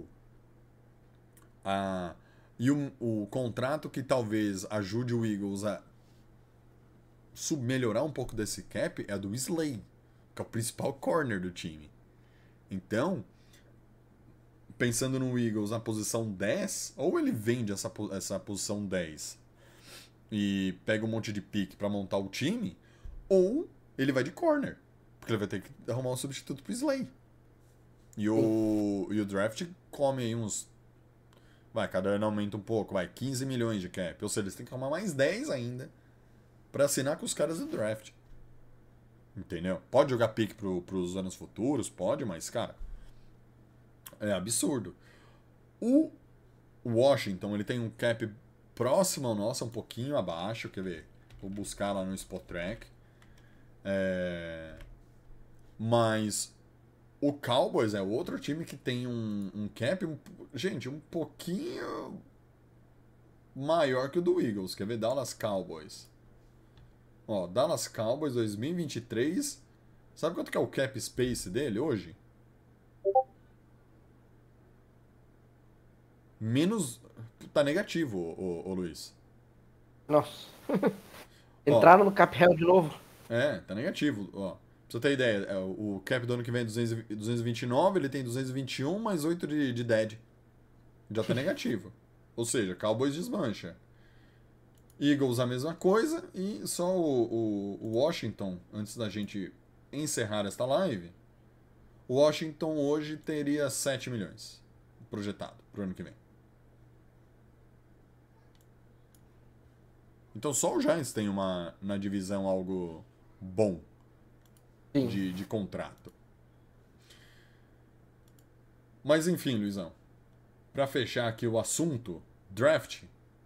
B: Ah, e o, o contrato que talvez ajude o Eagles a sub- melhorar um pouco desse cap é do Slay, que é o principal corner do time. Então, pensando no Eagles na posição dez, ou ele vende essa, po- essa posição dez e pega um monte de pique pra montar o time, ou ele vai de corner, porque ele vai ter que arrumar um substituto pro Slay. E o, e o draft come aí uns. Vai, cada ano aumenta um pouco, vai, quinze milhões de cap. Ou seja, eles têm que arrumar mais dez ainda pra assinar com os caras do draft. Entendeu? Pode jogar pique pro, pros anos futuros, pode, mas, cara, é absurdo. O Washington, ele tem um cap próximo ao nosso, um pouquinho abaixo, quer ver? Vou buscar lá no Spot Track. É... Mas o Cowboys é outro time que tem um, um cap, um- gente, um pouquinho maior que o do Eagles. Quer ver? Dallas Cowboys. Ó, Dallas Cowboys dois mil e vinte e três. Sabe quanto que é o cap space dele hoje? Menos. Tá negativo, ô, ô, ô Luiz.
C: Nossa. Entraram no cap hell de novo.
B: É, tá negativo. Ó, pra você ter ideia, é, o cap do ano que vem é duzentos e duzentos e vinte e nove, ele tem duzentos e vinte e um mais oito de, de dead. Já tá negativo. Ou seja, Cowboys desmancha. Eagles a mesma coisa e só o, o- o Washington, antes da gente encerrar esta live, o Washington hoje teria sete milhões projetado pro ano que vem. Então só o Giants tem uma na divisão algo bom
C: Sim.
B: de, de contrato. Mas enfim, Luizão, pra fechar aqui o assunto, draft,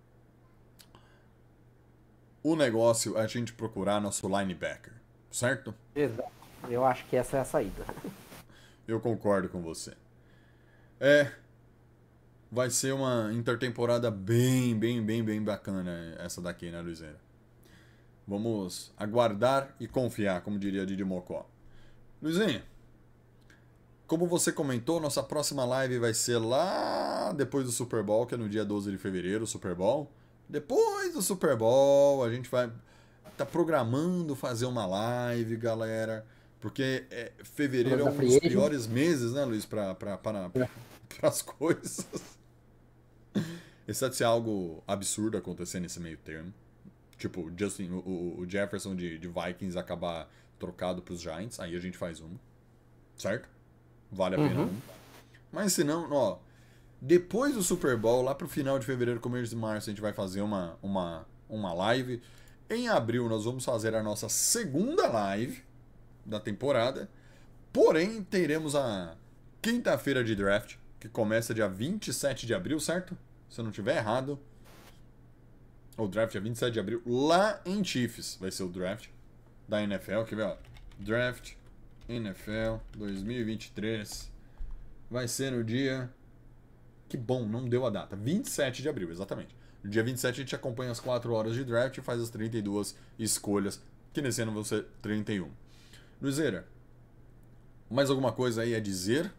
B: o negócio é a gente procurar nosso linebacker, certo?
C: Exato. Eu acho que essa é a saída.
B: Eu concordo com você. É, vai ser uma intertemporada bem, bem, bem, bem bacana essa daqui, né, Luizeira? Vamos aguardar e confiar, como diria Didi Mocó. Luizinho, como você comentou, nossa próxima live vai ser lá depois do Super Bowl, que é no dia doze de fevereiro, o Super Bowl. Depois do Super Bowl, a gente vai tá programando fazer uma live, galera. Porque é, fevereiro é um dos piores meses, né, Luiz, para pra, pra, as coisas. Exceto se algo absurdo acontecer nesse meio termo. Tipo, Justin, o, o Jefferson de, de Vikings acabar trocado pros Giants, aí a gente faz um. Certo? Vale a pena
C: Uhum.
B: um. Mas se não, ó, depois do Super Bowl, lá pro final de fevereiro, começo de março, a gente vai fazer uma, uma, uma live. Em abril, nós vamos fazer a nossa segunda live da temporada. Porém, teremos a quinta-feira de draft, que começa dia vinte e sete de abril, certo? Se eu não tiver errado. O draft é vinte e sete de abril, lá em Chiefs vai ser o draft da N F L. Quer ver, ó? Draft N F L dois mil e vinte e três. Vai ser no dia... Que bom, não deu a data. vinte e sete de abril, exatamente. No dia vinte e sete a gente acompanha as quatro horas de draft e faz as trinta e duas escolhas que nesse ano vão ser trinta e um. Luizeira, mais alguma coisa aí a dizer?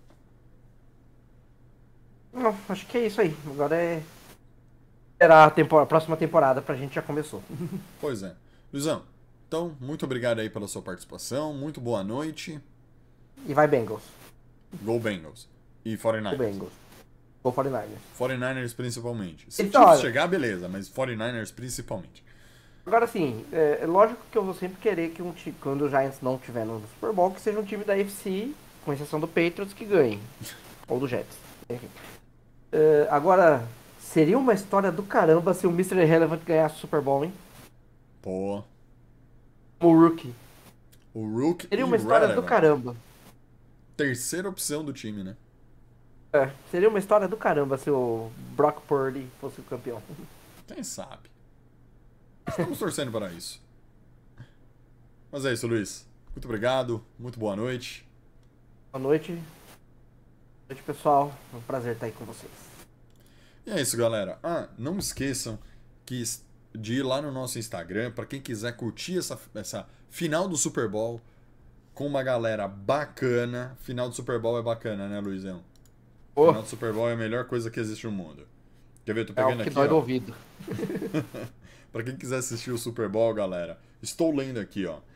C: Não, acho que é isso aí. Agora é esperar a, temporada, a próxima temporada pra gente já começou.
B: Pois é. Luizão, então, muito obrigado aí pela sua participação. Muito boa noite.
C: E vai Bengals.
B: Go Bengals. E
C: O
B: quarenta e nine ers.
C: Bengals. Ou quarenta e nine ers.
B: quarenta e nine ers principalmente. Se o
C: Então,
B: Chiefs
C: olha-
B: chegar, beleza, mas quarenta e nine ers principalmente.
C: Agora sim, é, é lógico que eu vou sempre querer que um time, quando o Giants não estiver no Super Bowl, que seja um time da A F C, com exceção do Patriots, que ganhe. Ou do Jets. Enfim. É, agora, seria uma história do caramba se o mister Irrelevant ganhasse o Super Bowl, hein?
B: Pô,
C: O Rookie.
B: o Rook
C: Seria uma história do
B: Irrelevant.
C: caramba.
B: Terceira opção do time, né?
C: É, seria uma história do caramba se o Brock Purdy fosse o campeão.
B: Quem sabe? Estamos torcendo para isso. Mas é isso, Luiz. Muito obrigado. Muito boa noite.
C: Boa noite. Boa noite, pessoal. É um prazer estar aí com vocês.
B: E é isso, galera. Ah, não esqueçam que de ir lá no nosso Instagram, para quem quiser curtir essa, essa final do Super Bowl com uma galera bacana. Final do Super Bowl é bacana, né, Luizão?
C: Pô,
B: Final do Super Bowl é a melhor coisa que existe no mundo. Quer ver? Eu tô
C: é
B: pegando
C: algo que
B: aqui,
C: dói do
B: ó.
C: ouvido.
B: Pra quem quiser assistir o Super Bowl, galera, estou lendo aqui, ó.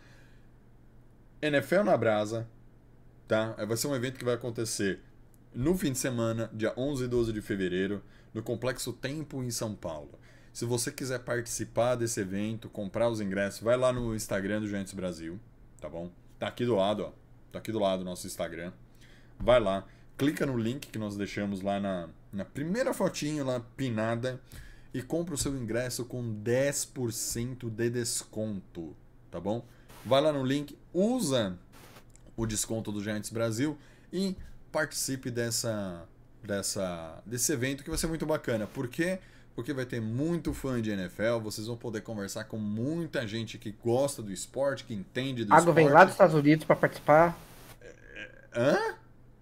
B: N F L na Brasa, tá? Vai ser um evento que vai acontecer no fim de semana, dia onze e doze de fevereiro, no Complexo Tempo, em São Paulo. Se você quiser participar desse evento, comprar os ingressos, vai lá no Instagram do Giants Brasil, tá bom? Tá aqui do lado, ó. Tá aqui do lado do nosso Instagram. Vai lá, clica no link que nós deixamos lá na, na primeira fotinho lá, pinada, e compra o seu ingresso com dez por cento de desconto, tá bom? Vai lá no link, usa o desconto do Giants Brasil e participe dessa, dessa, desse evento que vai ser muito bacana. Por quê? Porque vai ter muito fã de N F L, vocês vão poder conversar com muita gente que gosta do esporte, que entende do
C: Água
B: esporte.
C: vem lá dos Estados Unidos pra participar.
B: Hã?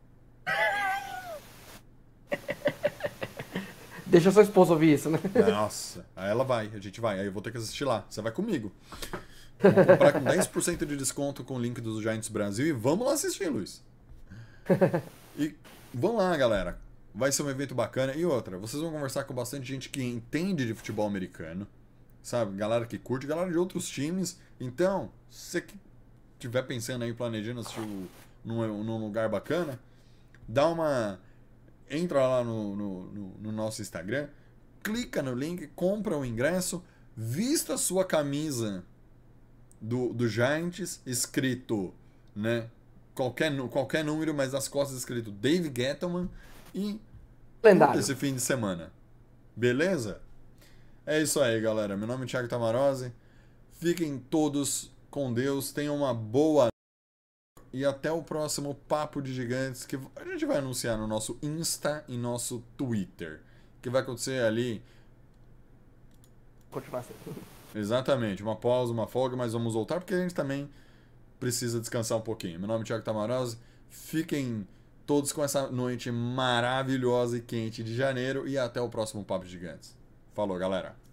C: Deixa sua esposa ouvir isso, né?
B: Nossa, aí ela vai, a gente vai, aí eu vou ter que assistir lá. Você vai comigo. Vamos comprar com dez por cento de desconto com o link dos Giants Brasil e vamos lá assistir, Luiz. E vamos lá, galera. Vai ser um evento bacana. E outra, vocês vão conversar com bastante gente que entende de futebol americano, sabe? Galera que curte, galera de outros times. Então, se você que estiver pensando aí, planejando assistir o- num, num lugar bacana, dá uma... Entra lá no, no, no, no nosso Instagram, clica no link, compra o ingresso, vista a sua camisa do, do Giants, escrito, né? Qualquer, nu- qualquer número, mas nas costas escrito Dave Gettleman e curta
C: Lendário.
B: esse fim de semana. Beleza? É isso aí, galera. Meu nome é Thiago Tamarose. Fiquem todos com Deus. Tenham uma boa e até o próximo Papo de Gigantes, que a gente vai anunciar no nosso Insta e nosso Twitter, que vai acontecer ali,
C: Continuar assim.
B: exatamente, uma pausa, uma folga, mas vamos voltar porque a gente também precisa descansar um pouquinho. Meu nome é Thiago Tamarose. Fiquem todos com essa noite maravilhosa e quente de janeiro e até o próximo Papo de Gigantes. Falou, galera.